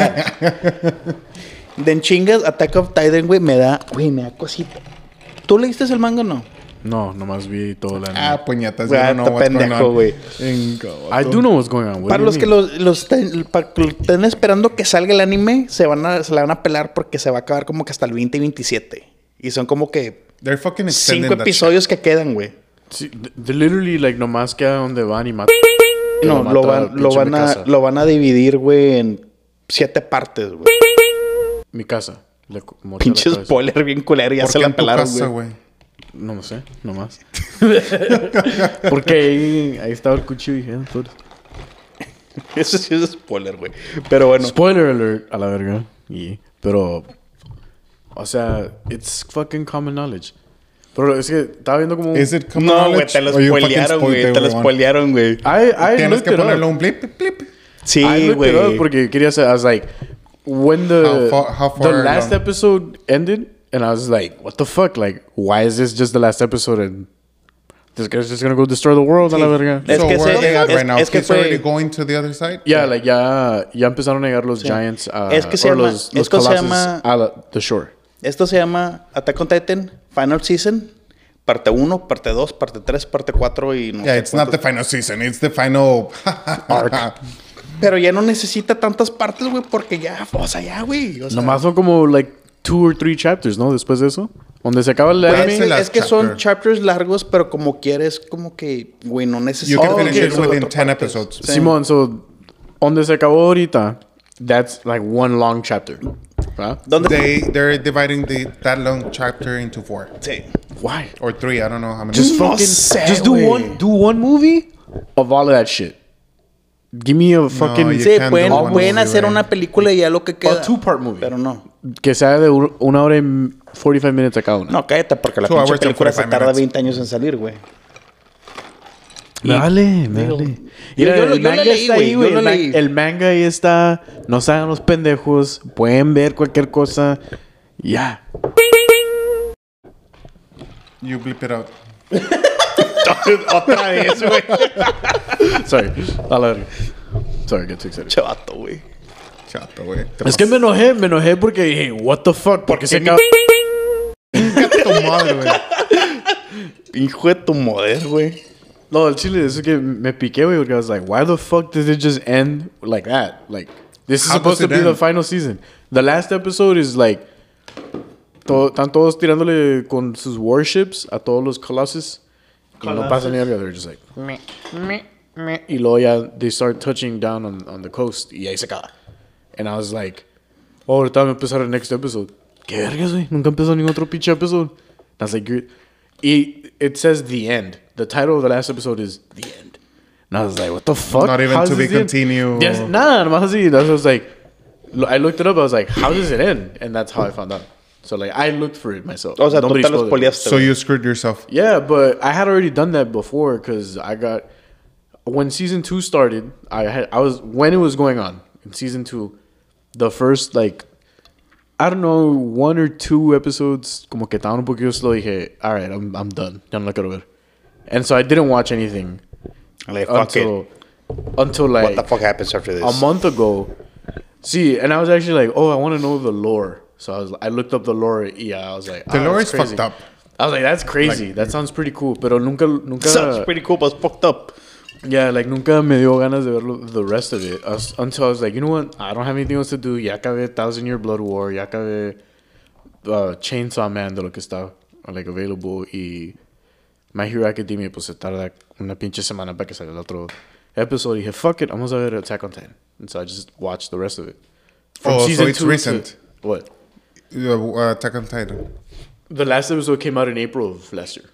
De en chingas, Attack of Titan, güey, me da cosita. ¿Tú leíste el manga o no? No, nomás vi todo el anime. Puñetas, Ah, yo no know está what's going pendejo, on. güey. I do know what's going on. What Para do los you que mean? para que lo estén esperando que salga el anime, se la van a pelar porque se va a acabar como que hasta el 2027. Y son como que They're fucking extending 5 that episodios que quedan, güey. Sí, de literally, like, nomás queda donde van y matan. No, lo van a dividir, güey, en 7 partes, güey. Mi casa. Le morí Pinche la cabeza. spoiler bien culero, ya ¿Por se qué la en tu pelaron, casa, güey. güey? No sé, nomás. Porque ahí estaba el cuchillo y dije, pues. Eso sí es spoiler, güey. Pero bueno. Spoiler alert a la verga. Pero, o sea, it's fucking common knowledge. Pero es que estaba viendo como... Is it common No, güey, knowledge? te lo Or you fucking spoilearon, spoiled güey. Te lo everyone? spoilearon, güey. I Tienes looked que it ponerle up. un blip, blip. Sí, I looked it up güey. porque quería saber, I was like, when How far the last along? episode ended, and I was like, what the fuck? Like, why is this just the last episode? And this guy's just gonna go destroy the world, a la verga. Es So que where are they at es- right now? es que He's fue- already going to the other side? Yeah, like, ya empezaron a llegar los Giants a... Es que se or llama- los esto se Colossus llama- a the shore. Esto se llama Attack on Titan Final Season. Parte 1, parte 2, parte 3, parte 4 y no Yeah, sé it's not the cuántos. final season. It's the final arc. Pero ya no necesita tantas partes, güey, porque ya, o sea, ya, güey. O sea, Nomás son como, like, 2 or 3 chapters, ¿no? Después de eso. Donde se acaba el güey, anime. Ese la- es que son chapter. chapters largos, pero como quieres, como que, güey, no You necesitas. can Oh, finish okay, it so within otro 10 partes. episodes. Sí. Simón, so... Donde se acabó ahorita, that's like one long chapter. ¿Verdad? ¿Dónde? They're dividing that long chapter into 4 Sí. Why? or 3. I don't know how many. Just No fucking sé, just do güey. one movie of all of that shit. Give me a fucking you Sí, can't pueden, do one pueden movie, hacer güey. una película y ya lo que queda. a two-part movie. Pero no. Que sea de 1 hora y 45 minutes a cada una. No, cállate, porque la 2 pinche hours and película se 45 tarda minutes. 20 años en salir, güey. Me vale. Mira, yo el la manga leí, está güey, ahí, yo güey. la leí. El manga ahí está. No se hagan los pendejos. Pueden ver cualquier cosa. Ya. You bleep it out. Otra vez, güey. Sorry. A la verga. Sorry, get too excited. Chavato, güey. Chato, güey. Es que me enojé porque dije, what the fuck, porque se acaba. tu madre, güey. Hijo de tu moder, güey. No, el chile es que me piqué, güey, porque I was like, why the fuck did it just end like that? Like, this is How supposed does to it be the end? final season. The last episode is like, están todos tirándole con sus warships a todos los Colossus. Y no pasa ni algo, they're just like, meh, meh, meh. Y luego ya, they start touching down on the coast. Y ahí se acaba. And I was like, oh, ahorita va a empezar el next episode. ¿Qué vergas, güey? Nunca empezó ningún otro pinche episode. And I was like, it says the end. The title of the last episode is The End. And I was like, what the fuck? Not even How to does be this end? continue. Yes, nada, nomás así. I was like, I looked it up. I was like, how does it end? And that's how I found out. So, like, I looked for it myself. O sea, tú Nobody te lo spoiled it. spoileaste, So güey. you screwed yourself. Yeah, but I had already done that before because I got when season 2 started. I was when it was going on in season 2, the first like I don't know 1 or 2 episodes como que estaban un poquito slow. Dije, all right, I'm done. Ya no la quiero ver. And so I didn't watch anything Like, fuck it. until like What the fuck happens after this? a month ago. See, and I was actually like, oh, I want to know the lore. So I looked up the lore. Yeah, I was like, The oh, lore that's is crazy. fucked up. I was like, that's crazy. That sounds pretty cool. Pero nunca. Sounds pretty cool, but it's fucked up. Yeah, like nunca me dio ganas de ver the rest of it. Until I was like, you know what? I don't have anything else to do. Ya acabé 1,000-Year Blood War. Ya acabé Chainsaw Man de lo que está like available. Y My Hero Academia pues se tarda una pinche semana para que salga el otro episode. Y dije, fuck it, vamos a ver Attack on Titan. And so I just watched the rest of it. Oh, so it's 2 recent. What? Attack on Titan. The last episode came out in April of last year.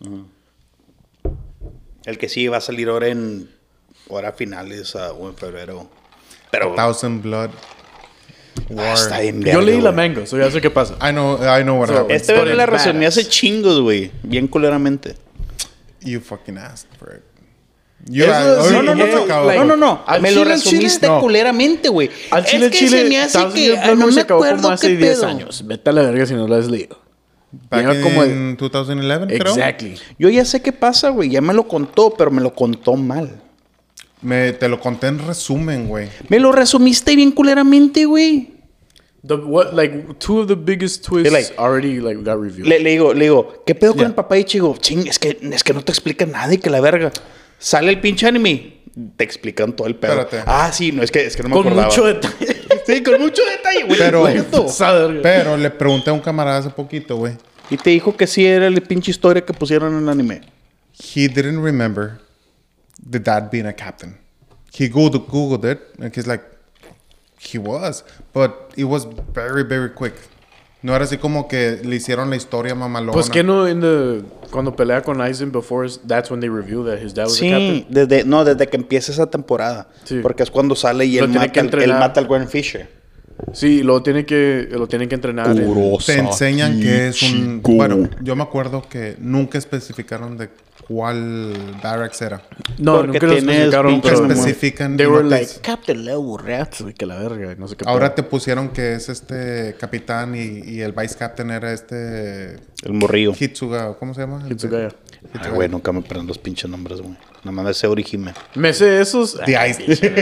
El que sí va a salir ahora en hora finales o en febrero. Pero 1,000 Blood War. está bien Yo verga, leí la güey. manga, so ya sé qué pasa. I know what happened. Este But verga la it's resumí badass. hace chingos, güey. Bien culeramente. You fucking asked for it. You Eso asked- sí, No, no, no, yeah, no, like- no, no, no. al Me lo chile, al chile, resumiste no. culeramente, güey. Al chile, es que se me hace 1,000 que Year Blood no War me se acabó acuerdo como hace qué 10 pedo. años. Vete a la verga si no lo has leído. Back Llega como de- in 2011, creo. Exactly. Yo ya sé qué pasa, güey. Ya me lo contó, pero me lo contó mal. Te lo conté en resumen, güey. Me lo resumiste bien culeramente, güey. Like 2 of the biggest twists Like- already like got revealed. Le digo, ¿qué pedo con Yeah. el papá de Ichigo? Ching, es que no te explica nada y que la verga. Sale el pinche anime. Te explican todo el pedo. Espérate. Ah, sí, no, es que no me Con acordaba. mucho detalle. Sí, con mucho detalle, güey. Pero- Perfecto. Pero le pregunté a un camarada hace poquito, güey. Y te dijo que sí era la pinche historia que pusieron en el anime. He didn't remember the dad being a captain. He Googled it, and he's like, he was. But it was very, very quick. No era así como que le hicieron la historia mamalona. Pues que no cuando pelea con Aizen before that's when they reveal that his dad was the Sí, captain. desde que empieza esa temporada. Sí. Porque es cuando sale y Lo él tiene que mata, él entrenar. mata al Gwen Fisher. Sí, lo tienen que entrenar. Te enseñan que es un... Bueno, yo me acuerdo que nunca especificaron de cuál barracks era. No, Porque nunca lo tienes especificaron, pinches pero especifican they y were no te- like Captain Leo Rats, que la verga, no sé qué. Ahora pedo. te pusieron que es este capitán y el vice captain era este... El morrillo. Hitsuga, ¿cómo se llama? Hitsugaya. Ay, güey, nunca me aprendo los pinches nombres, güey. Nada más de ese Orihime. Me sé esos. The Ice.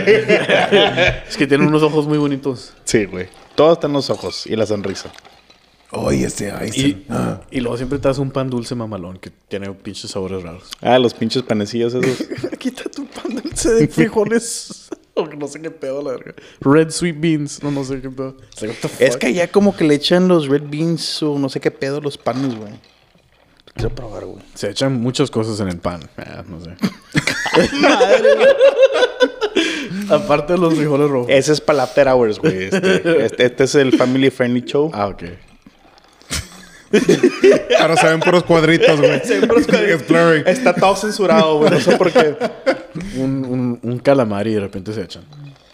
Es que tienen unos ojos muy bonitos. Sí, güey. Todos están los ojos y la sonrisa. Oye, ese Ice. Y luego siempre te das un pan dulce mamalón que tiene pinches sabores raros. Ah, los pinches panecillos esos. Quita tu pan dulce de frijoles. O no sé qué pedo, la verga. Red sweet beans. No sé qué pedo. It's like, what the Es fuck? que allá como que le echan los red beans o no sé qué pedo a los panes, güey. Quiero probar, güey. Se echan muchas cosas en el pan. No sé. Aparte de los frijoles rojos. Ese es para after hours, güey. Este es el family friendly show. Ah, ok. Ahora se ven puros cuadritos, güey. Es blurry. Está todo censurado, güey. No sé por qué. Un calamar y de repente se echan.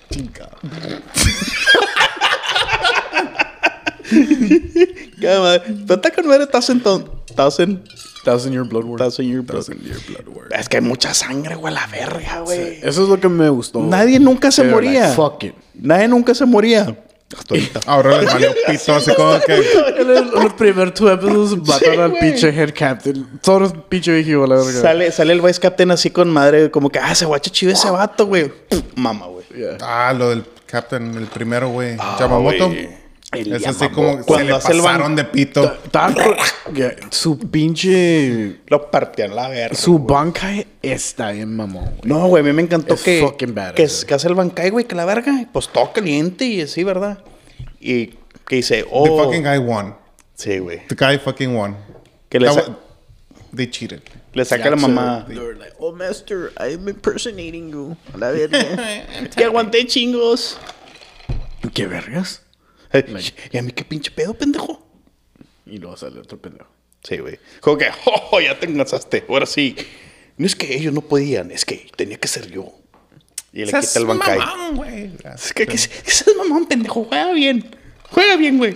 Pero con madre, estás en Thousand Year Blood War. Es que hay mucha sangre, güey, a la verga, güey. Eso es lo que me gustó. Nadie nunca se Pero, moría. like, fuck it. Nadie nunca se moría. Hasta ahorita. Ahora les valió pito, así como que... Los primeros 2 episodios mataron al güey. pinche head captain. Todos pinche viejito, la verga. Sale el vice captain así con madre, como que, se guacha chido ese vato, güey. Mama, güey. Yeah. Lo del Captain, el primero, güey. Yamamoto. güey. Es así como se Cuando le hace el pasaron de pito. Yeah, su pinche... Lo partían la verga. Su Bankai está bien mamón, güey. No, güey, a mí me encantó Es que fucking badass, que hace el Bankai, güey, que la verga, pues todo caliente y así, ¿verdad? Y que dice, The fucking guy won. Sí, güey. The guy fucking won. Que le, That sa- wa- They cheated. le saca a la mamá. They were like, oh, master, I'm impersonating you. A la verga. Que aguanté chingos. ¿Qué vergas? ¿Y a mí qué pinche pedo, pendejo? Y luego sale otro pendejo. Sí, güey. Como que, ya te cansaste. Ahora sí. No es que ellos no podían, es que tenía que ser yo. Y le quita el Bankai. mamón, güey. Es que ese es mamón, pendejo. Juega bien. Juega bien, güey.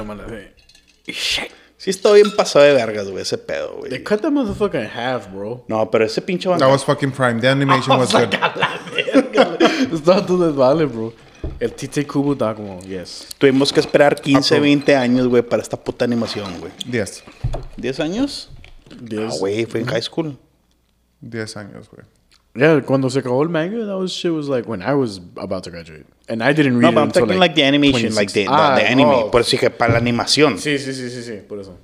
Sí estoy bien pasado de vergas, güey, ese pedo, They güey. cut that motherfucker in half, bro. No, pero ese pinche That Bankai... was fucking prime. The animation was good. Está todo desvale, bro. El Tite Kubo está como, yes. Tuvimos que esperar 15, Approve. 20 años, güey, para esta puta animación, güey. 10. ¿10 años? Yes. Güey, fue en high school. 10 años, güey. Yeah, cuando se acabó el manga, that was shit was like when I was about to graduate. And I didn't read No, it but I'm until talking like the animation, like the 26. anime. oh. Por eso dije, para la animación. Sí, por eso.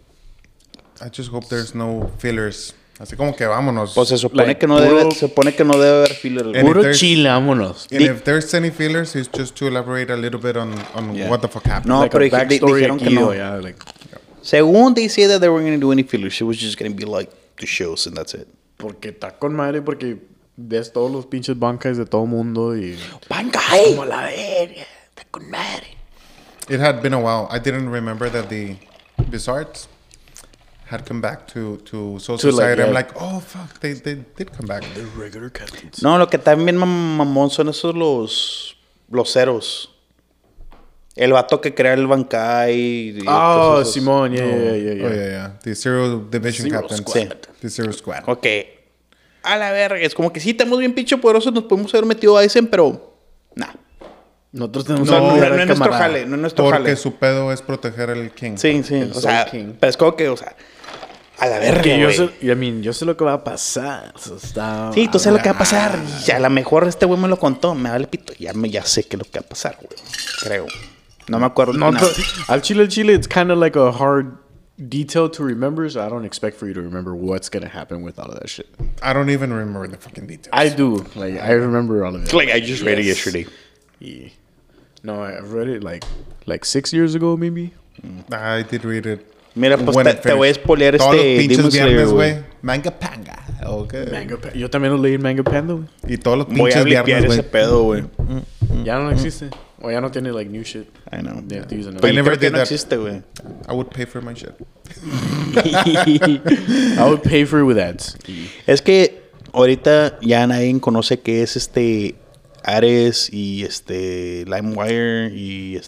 I just hope there's no fillers. Así como que vámonos. Pues se supone Like, que no puro- debe, se supone que no debe haber filler. güey. And if Puro there's- chile, vámonos. And if there's any fillers, it's just to elaborate a little bit on Yeah. what the fuck happened. No, Like pero a backstory dijeron que aquí, no. o ya, like, Según they say that they weren't going to do any fillers, it was just going to be like the shows and that's it. porque está con madre, porque ves todos los pinches bancas de todo mundo y... ¡Bankai! Como la verga. Está con madre. It had been a while. I didn't remember that the Bizards had come back to Soul To, like, Society. I'm yeah. like, oh, fuck, they did come back. Regular captains. No, lo que también mamón son esos los ceros. El vato que crea el Bankai. y Oh, todos esos- Simón, yeah. Oh, yeah. The Zero Division Zero Captains. Squad. The Zero Squad. Ok. A la verga. Es como que sí, estamos bien pinche poderosos. Nos podemos haber metido a Aizen, pero... Nah. Nosotros tenemos O sea, que no, cuidar no al es nuestro camarada. jale. No es nuestro Porque jale. su pedo es proteger al King. Sí, sí. El O sea, Soul King. pero es como que, o sea... A la verga, Que yo güey. sé, yo sé lo que va a pasar. O sea, está... Sí, tú sabes lo que va a pasar. Y a lo mejor este güey me lo contó. Me vale pito. Ya sé qué es lo que va a pasar, güey. Creo. No me acuerdo. No, nada. al chile, it's kind of like a hard detail to remember, so I don't expect for you to remember what's gonna happen with all of that shit. I don't even remember the fucking details. I do. Like, I remember all of it. Like, I just read it Yes. yesterday. Yeah. No, I read it like 6 years ago, maybe. I did read it. Mira, pues when te it voy a finished. spoilear Todos los este pinches Demon Slayer, viernes, güey. güey. Manga Panga. Okay. Yo también lo leí en Manga Panda, güey. Y todos los Voy a pinches limpiar viernes, ese güey. pedo, güey. Ya no existe. O ya no tiene like new shit. I know. They have to use another. But I never Creo que did no that. existe, güey. I would pay for my shit. I would pay for it with ads. Es que ahorita ya nadie conoce qué es Ares y LimeWire y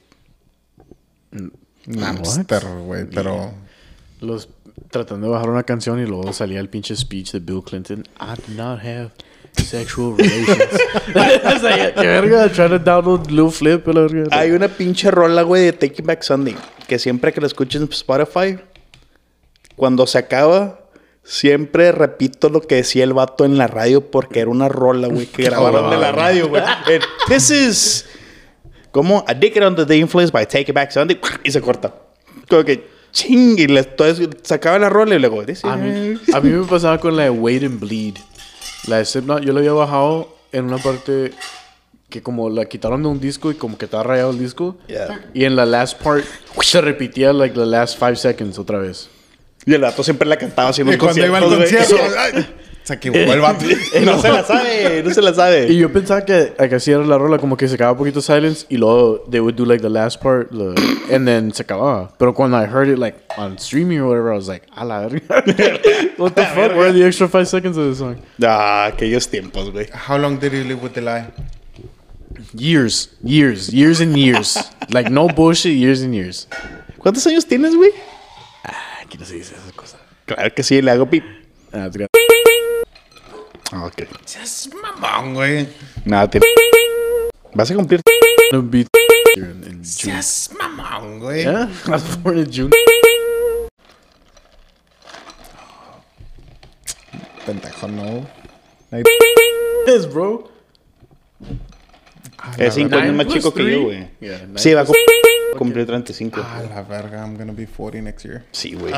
Napster, güey. Pero... Los tratando de bajar una canción y luego salía el pinche speech de Bill Clinton. I do not have sexual relations. O sea, qué verga, trying to download Lil Flip. La verga. Hay una pinche rola, güey, de Taking Back Sunday. Que siempre que la escuches en Spotify, cuando se acaba, siempre repito lo que decía el vato en la radio porque era una rola, güey, que grabaron de la radio, güey. This is... como Addicted Under the Influence by Take It Back Sunday. Y se corta. Como que ching. Y entonces se acaba la rola y luego... This A is... mí me pasaba con la de Wait and Bleed. La de Slipknot, yo la había bajado en una parte que como la quitaron de un disco y como que estaba rayado el disco. Yeah. Y en la last part se repetía like the last 5 seconds otra vez. Y el vato siempre la cantaba haciendo Y cuando iba al concierto, ay, se equivocó el vato. No se la sabe, no se la sabe. Y yo pensaba que así era la rola, como que se acababa un poquito silence y luego they would do like the last part and then se acababa. Pero cuando I heard it like on streaming or whatever, I was like, a la verga. What the fuck? Where are the extra 5 seconds of the song? Ah, aquellos tiempos, güey. How long did you live with the lie? Years and years. Like no bullshit, years and years. ¿Cuántos años tienes, güey? Aquí no se dice esas cosas. Claro que sí, le hago pip. Ah, Ok. Es mamón, güey. Nada, vas a cumplir. no beat in June. Es mamón, güey. Yeah, I was born in June. Pendejo, no. Yes, bro. Es 5 años más 9 chico plus que yo, 3. güey. Yeah, 9 Sí, va a cumplir 35. A la verga, I'm gonna be 40 next year. Sí, güey.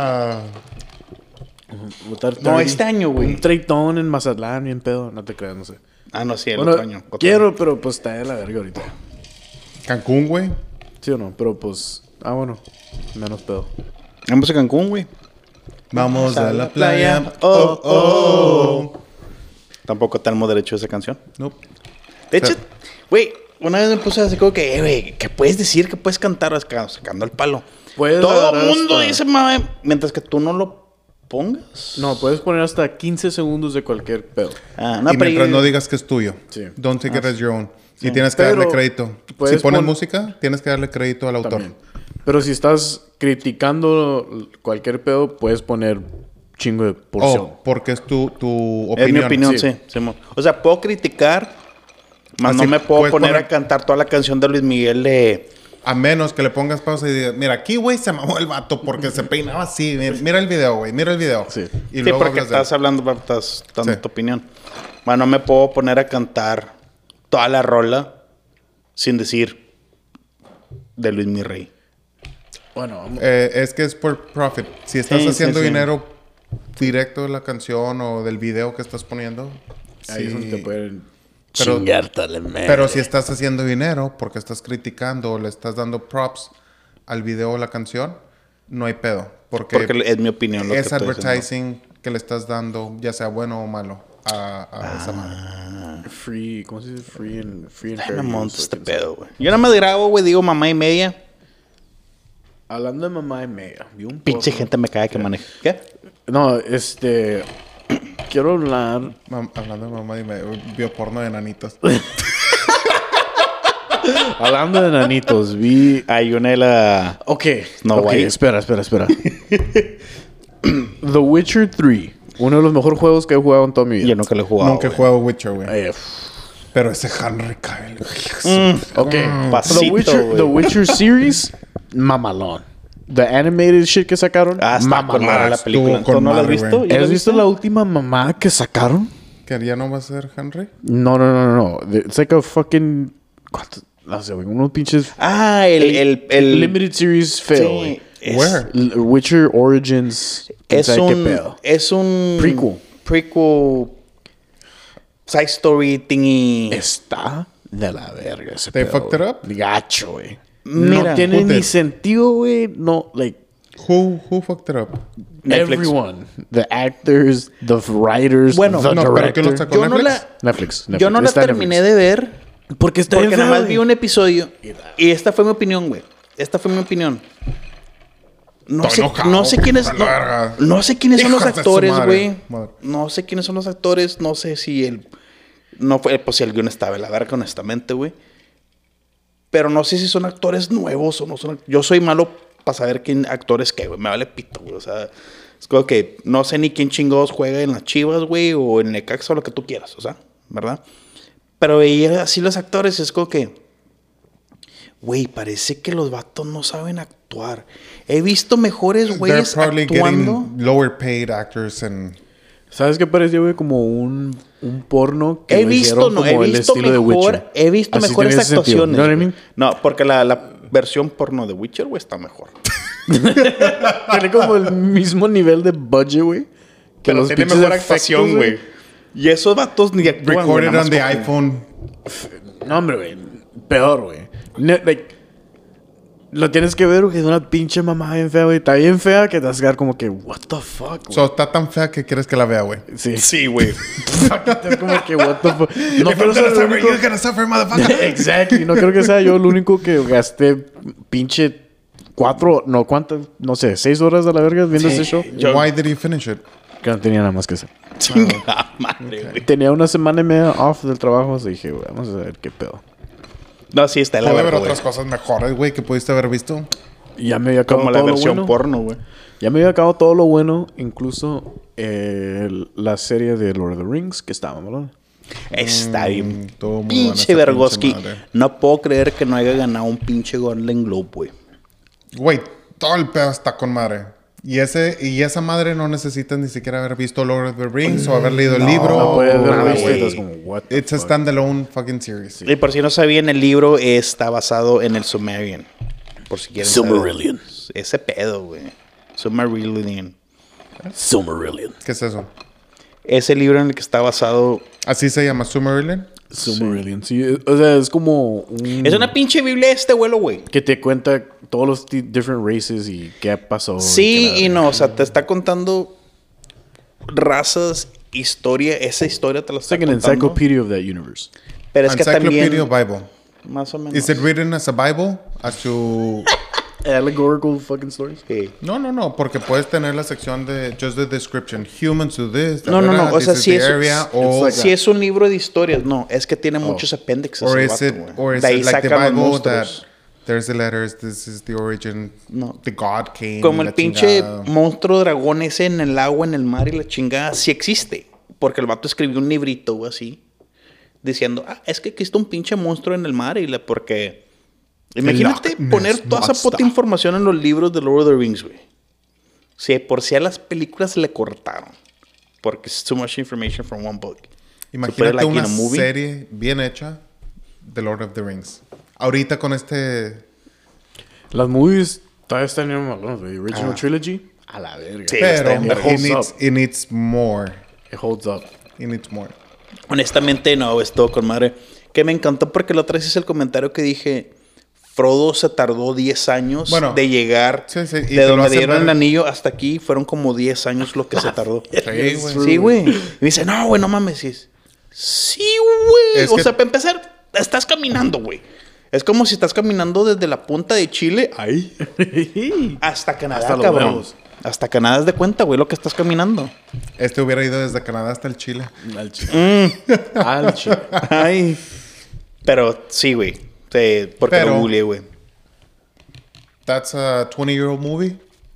No, este año, güey. Un treitón en Mazatlán, bien pedo. No te creas, no sé. Ah, no, sí, el Bueno, otro año. quiero, pero pues está de la verga ahorita. Cancún, güey. ¿Sí o no? Pero pues... Ah, bueno. Menos pedo. Vamos a Cancún, güey. Vamos a la playa. Oh, oh. Tampoco tenemos derecho a esa canción. Nope. De hecho, güey, una vez me puse así como que, güey, ¿qué puedes decir? ¿Qué puedes cantar? Sacando el palo. Puedes Todo el agarrar mundo hasta- dice, mame, mientras que tú no lo pongas. No, puedes poner hasta 15 segundos de cualquier pedo. Ah, no, Y pero mientras yo- no digas que es tuyo. Sí. Don't take it as your own. Y tienes que Pero darle crédito. Si puedes pones pon- música, tienes que darle crédito al autor. También. Pero si estás criticando cualquier pedo, puedes poner chingo de porción. Oh, porque es tu opinión. Es mi opinión, sí. sí. Simón. O sea, puedo criticar, mas Así no me puedo puedes poner poner- a cantar toda la canción de Luis Miguel de... A menos que le pongas pausa y digas, mira, aquí, güey, se mamó el vato porque se peinaba así. Mira el video, güey. Mira el video. Sí. Y Sí, luego porque hablas de él. estás hablando, estás dando Sí. tu opinión. Bueno, no me puedo poner a cantar toda la rola sin decir de Luis Mi Rey. Bueno, vamos- Es que es por profit. Si estás Sí, sí, haciendo sí. dinero directo de la canción o del video que estás poniendo. ahí es sí. donde te pueden... Pero- Chingarte la madre. Pero si estás haciendo dinero porque estás criticando o le estás dando props al video o la canción, no hay pedo. Porque Porque es mi opinión lo que es estoy diciendo. advertising que le estás dando, ya sea bueno o malo, a esa madre. Free... ¿Cómo se dice? Free and Ay, fair me use, monto o este quién sabe. pedo, güey. Yo nada más grabo, güey, digo mamá y media. Hablando de mamá y media. Vi un Pinche porno- gente me cae que maneja. ¿Qué? No, quiero hablar... Hablando de mamá, dime, vio porno de enanitos. Hablando de nanitos, vi... Hay una de la... Ok, No, ok, güey. espera. The Witcher 3. Uno de los mejores juegos que he jugado en toda mi vida. Yo nunca lo he jugado, Nunca he güey. jugado Witcher, güey. Eh, Pero ese Henry Cavill. ok. Pasito, güey. The Witcher series, mamalón. The animated shit que sacaron, Ah, está con mamalón. madre la película. Estuvo con ¿Tú no la has madre, visto? güey. ¿Ya la ¿Has visto la última mamá que sacaron? ¿Que ya no va a ser Henry? No. It's like a fucking... ¿Cuánto? No sé, güey. Unos pinches... Ah, el Limited series fail, güey. Sí, es- Where? Witcher Origins. quién Es sabe qué un... pedo. Es un... Prequel. Side story thingy. Está de la verga ese They pedo, fucked it güey. up? Gacho, güey. Mira, No tiene who ni did? sentido, güey. No, like... Who fucked it up? Netflix. Everyone. The actors, the writers, Bueno, the No, pero director. ¿quién lo sacó? Yo no Netflix? la... Netflix. Yo no la Está en terminé Netflix. de ver Porque está porque bien nada feo, más vi güey. un episodio y esta fue mi opinión, güey. Esta fue mi opinión. No Estoy sé, enojado, no sé quiénes, a la verga. no sé quiénes son los Hijos de su actores, madre. güey. Madre. No sé quiénes son los actores, no sé si no fue, pues si el guión estaba de la verga, honestamente, güey. Pero no sé si son actores nuevos o no son. Yo soy malo para saber quién actores qué, güey. Me vale pito, güey. O sea, es como que no sé ni quién chingados juega en las Chivas, güey, o en Necaxa o lo que tú quieras, o sea, ¿verdad? Pero veía así los actores y es como que, güey, parece que los vatos no saben actuar. He visto mejores They're güeyes probably actuando. getting lower paid actors and... ¿Sabes qué parecía, güey? Como un porno que He lo visto, hicieron no, he como el visto estilo de mejor, Witcher. he visto Así mejores tenía ese sentido. actuaciones. You know what I güey. mean? No, porque la versión porno de Witcher, güey, está mejor. Tiene como el mismo nivel de budget, güey. Que los pinches efectos, Y esos vatos ni actúan, güey, Recorded nada más on the cogen. iPhone. No, hombre, güey. Peor, güey. Like, Lo tienes que ver, güey. Es una pinche mamá bien fea, güey. Está bien fea que te vas a quedar como que, what the fuck, güey. So, está tan fea que quieres que la vea, güey. Sí. Sí, güey. Es como que, what the fuck. No If quiero I'm ser gonna el suffer, único... you're gonna suffer, motherfucker. Exactly. No creo que sea yo el único que gasté pinche 6 horas a la verga viendo ese show. Why did you finish it? Que no tenía nada más que hacer. Chingada madre, güey. Tenía una semana y media off del trabajo, así dije, güey, vamos a ver qué pedo. No, sí, está en la Puede haber verga, otras güey. cosas mejores, güey, que pudiste haber visto. Y ya me había acabado Como la todo lo versión bueno. porno, güey. Ya me había acabado todo lo bueno, incluso la serie de Lord of the Rings, que estaba malona. Está bien. Estuvo muy buena Pinche esa Vergoski. pinche madre. No puedo creer que no haya ganado un pinche Golden Globe, güey. Güey, todo el pedo está con madre. Y esa madre no necesita ni siquiera haber visto Lord of the Rings o haber leído el libro. No puedes ver nada, la güey. historia, es como, what the It's a fuck. standalone fucking series. Y por si no sabían, el libro está basado en el Sumerian. Por si quieren saber. Silmarillion. Ese pedo, güey. Silmarillion. Silmarillion. ¿Qué es eso? Ese libro en el que está basado... ¿Así se llama Silmarillion? Silmarillion, sí. O sea, es como un... Es una pinche Biblia de este vuelo, güey. Que te cuenta todos los different races y qué pasó. Sí qué y no. O sea, te está contando razas, historia. Esa historia te la It's está like an contando. encyclopedia of that universe. Pero es que Encyclopedia también... Bible. Más o menos. Is it written as a Bible? As to... Allegorical fucking stories. Sí. No, porque puedes tener la sección de just the description. Humans do this. No. O sea, si sí es... o, like Si es un libro de historias, no. Es que tiene muchos apéndices. or el is it, vato, güey. or is De ahí it like the sacan los Bible that monstruos. there's the letters, this is the origin, No. the God came. Como la el pinche chingada. monstruo dragón ese en el agua, en el mar y la chingada, sí existe. Porque el vato escribió un librito güey, así, diciendo, es que existe un pinche monstruo en el mar y porque... Imagínate Loch Ness poner toda esa Monster. puta información en los libros de Lord of the Rings, güey. Si por si a las películas le cortaron. Porque es too much information from one book. Imagínate like in una a movie. serie bien hecha de Lord of the Rings. Ahorita con este... Las movies todavía están en malones, güey. The Original Trilogy. A la verga. Sí. Pero está en verga. it needs more. It holds up. It needs more. Honestamente, no, es todo con madre. Que me encantó porque la otra vez hice el comentario que dije... Frodo se tardó 10 años Bueno, de llegar sí, y de te lo donde hacen dieron ver- el anillo hasta aquí. Fueron como 10 años lo que se tardó. Sí, güey. Sí, güey. Y me dice, no, güey, no mames. Y es, sí, güey. Es O que- sea, para empezar, estás caminando, güey. Es como si estás caminando desde la punta de Chile ahí hasta Canadá, Hasta los cabrón. huevos. Hasta Canadá, haz de cuenta, güey, lo que estás caminando. Este hubiera ido desde Canadá hasta el Chile. Al chile. Al chile. Ay. Pero sí, güey. Sí, porque Pero- lo googleé, güey. That's a 20-year-old movie.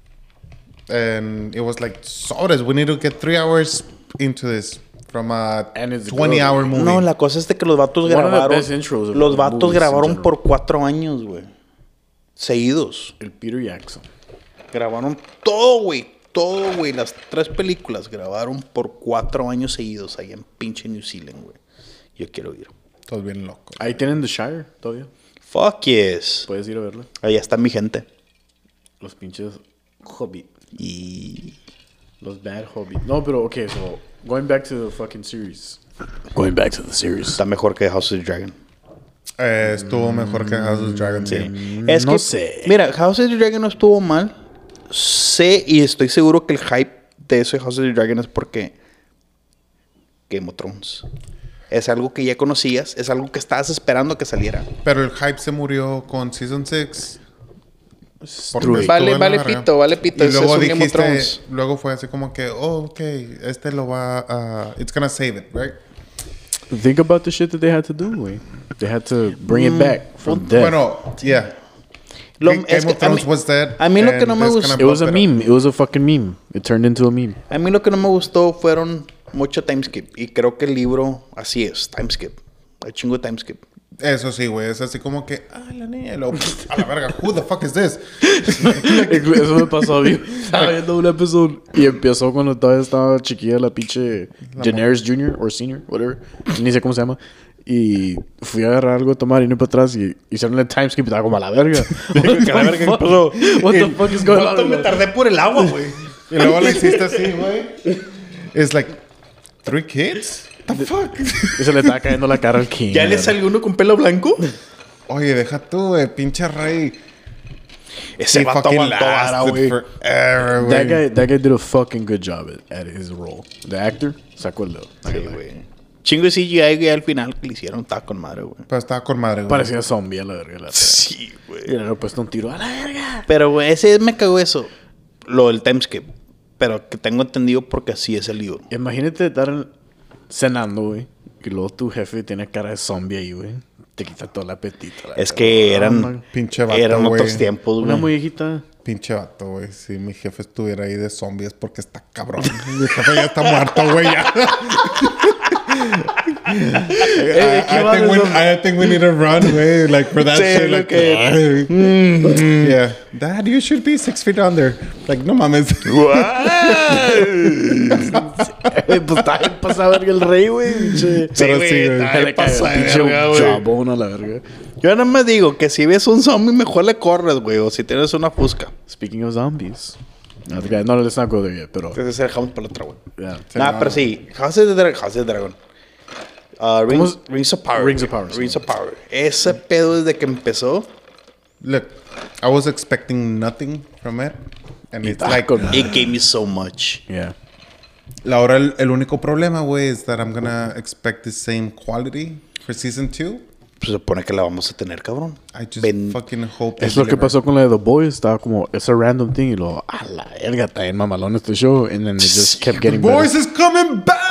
And it was like, sobres, we need to get 3 hours into this. From a And it's 20-hour good. movie. No, la cosa es de que los vatos One of the grabaron. best intros of Los vatos movies in grabaron general. por 4 años, güey. Seguidos. El Peter Jackson. Grabaron todo, güey. Todo, güey. Las 3 películas grabaron por 4 años seguidos ahí en pinche New Zealand, güey. Yo quiero ir. Todos bien locos. Ahí tienen The Shire todavía. Fuck yes. Puedes ir a verla. Allá está mi gente. Los pinches Hobbit. Y... Los bad Hobbit. No, pero okay, so going back to the fucking series. Going back to the series. Está mejor que House of the Dragon. Estuvo mejor que House of Dragon. Sí. Sí. Es no que, sé. Mira, House of the Dragon no estuvo mal. Sé y estoy seguro que el hype de eso de House of the Dragon es porque Game of Thrones. Es algo que ya conocías, es algo que estabas esperando que saliera. Pero el hype se murió con Season 6. True. Vale pito. Y Ese luego es un Game of dijiste, Thrones. luego fue así como que, oh, ok, este lo va a... It's gonna save it, right? Think about the shit that they had to do, güey. They had to bring it back from death. Bueno, yeah. Game Es que of Thrones was dead. a mí lo que and no me it's gusta- gonna It was a bump it up. meme. It was a fucking meme. It turned into a meme. A mí lo que no me gustó fueron mucho timeskip. Y creo que el libro así es, timeskip. Hay chingo de timeskip. Eso sí, güey. Es así como que, la niña. y luego, a la verga, who the fuck is this? Eso me pasó a mí. Estaba viendo un episodio y empezó cuando todavía estaba chiquilla la pinche Daenerys Jr. o Senior, whatever. Ni sé cómo se llama. Y fui a agarrar algo a tomar y no para atrás y hicieron el timeskip y estaba como a la verga. What the fuck is going ¿Cuánto on? me tardé por el agua, güey? Y luego le hiciste así, güey. It's like, 3 kids? The fuck? Y se le estaba cayendo la cara al King. ¿Ya le salió uno con pelo blanco? Oye, deja tú, güey. Pinche rey. Ese He vato fucking aguantó vara, lasted güey. forever, That guy did a fucking good job at his role. The actor sacó el dedo. Sí, güey. Chingo de CGI, güey, al final que le hicieron estaba con madre, güey. Pero estaba con madre, güey. Parecía zombie a la verga. La Sí, güey. y le había puesto un tiro a la verga. Pero, güey, ese me cagó eso. Lo del timeskip. Pero que tengo entendido porque así es el libro. Imagínate estar cenando, güey. Y luego tu jefe tiene cara de zombie ahí, güey. Te quita todo el apetito. Es que eran, Pinche vato, eran güey. otros tiempos, Una güey. muñequita. Pinche vato, güey. Si mi jefe estuviera ahí de zombies porque está cabrón. Mi jefe ya está muerto, güey, ya. I think we need to run, güey. Like, for that Sí, shit. lo Like, que- yeah. Dad, you should be 6 feet under. Like, no mames. Pues está bien pasado verga el rey, güey. Pinche. Sí, Pero güey, sí, güey. está bien pasado de Pinche verga, güey. jabón a la verga. Yo nada más digo que si ves un zombie, mejor le corres, güey. O si tienes una fusca. Speaking of zombies. No, let's not go there yet, pero... Entonces dejamos para la otra, güey. Yeah. Nah, pero sí. House of the Dragon. Rings of Power. Rings of Power, sí. Rings of Power. Ese pedo desde que empezó. Look, I was expecting nothing from it. And it's está like... con madre. It gave me so much. Yeah. Ahora el único problema, güey, is that I'm gonna expect the same quality for season 2. Se supone que la vamos a tener, cabrón. I just Ven- fucking hope they Es lo que deliver. pasó con la de The Boys. Estaba como, it's a random thing. Y luego, a la verga, está en mamalón este show. And then it just kept The getting voice better. is coming back!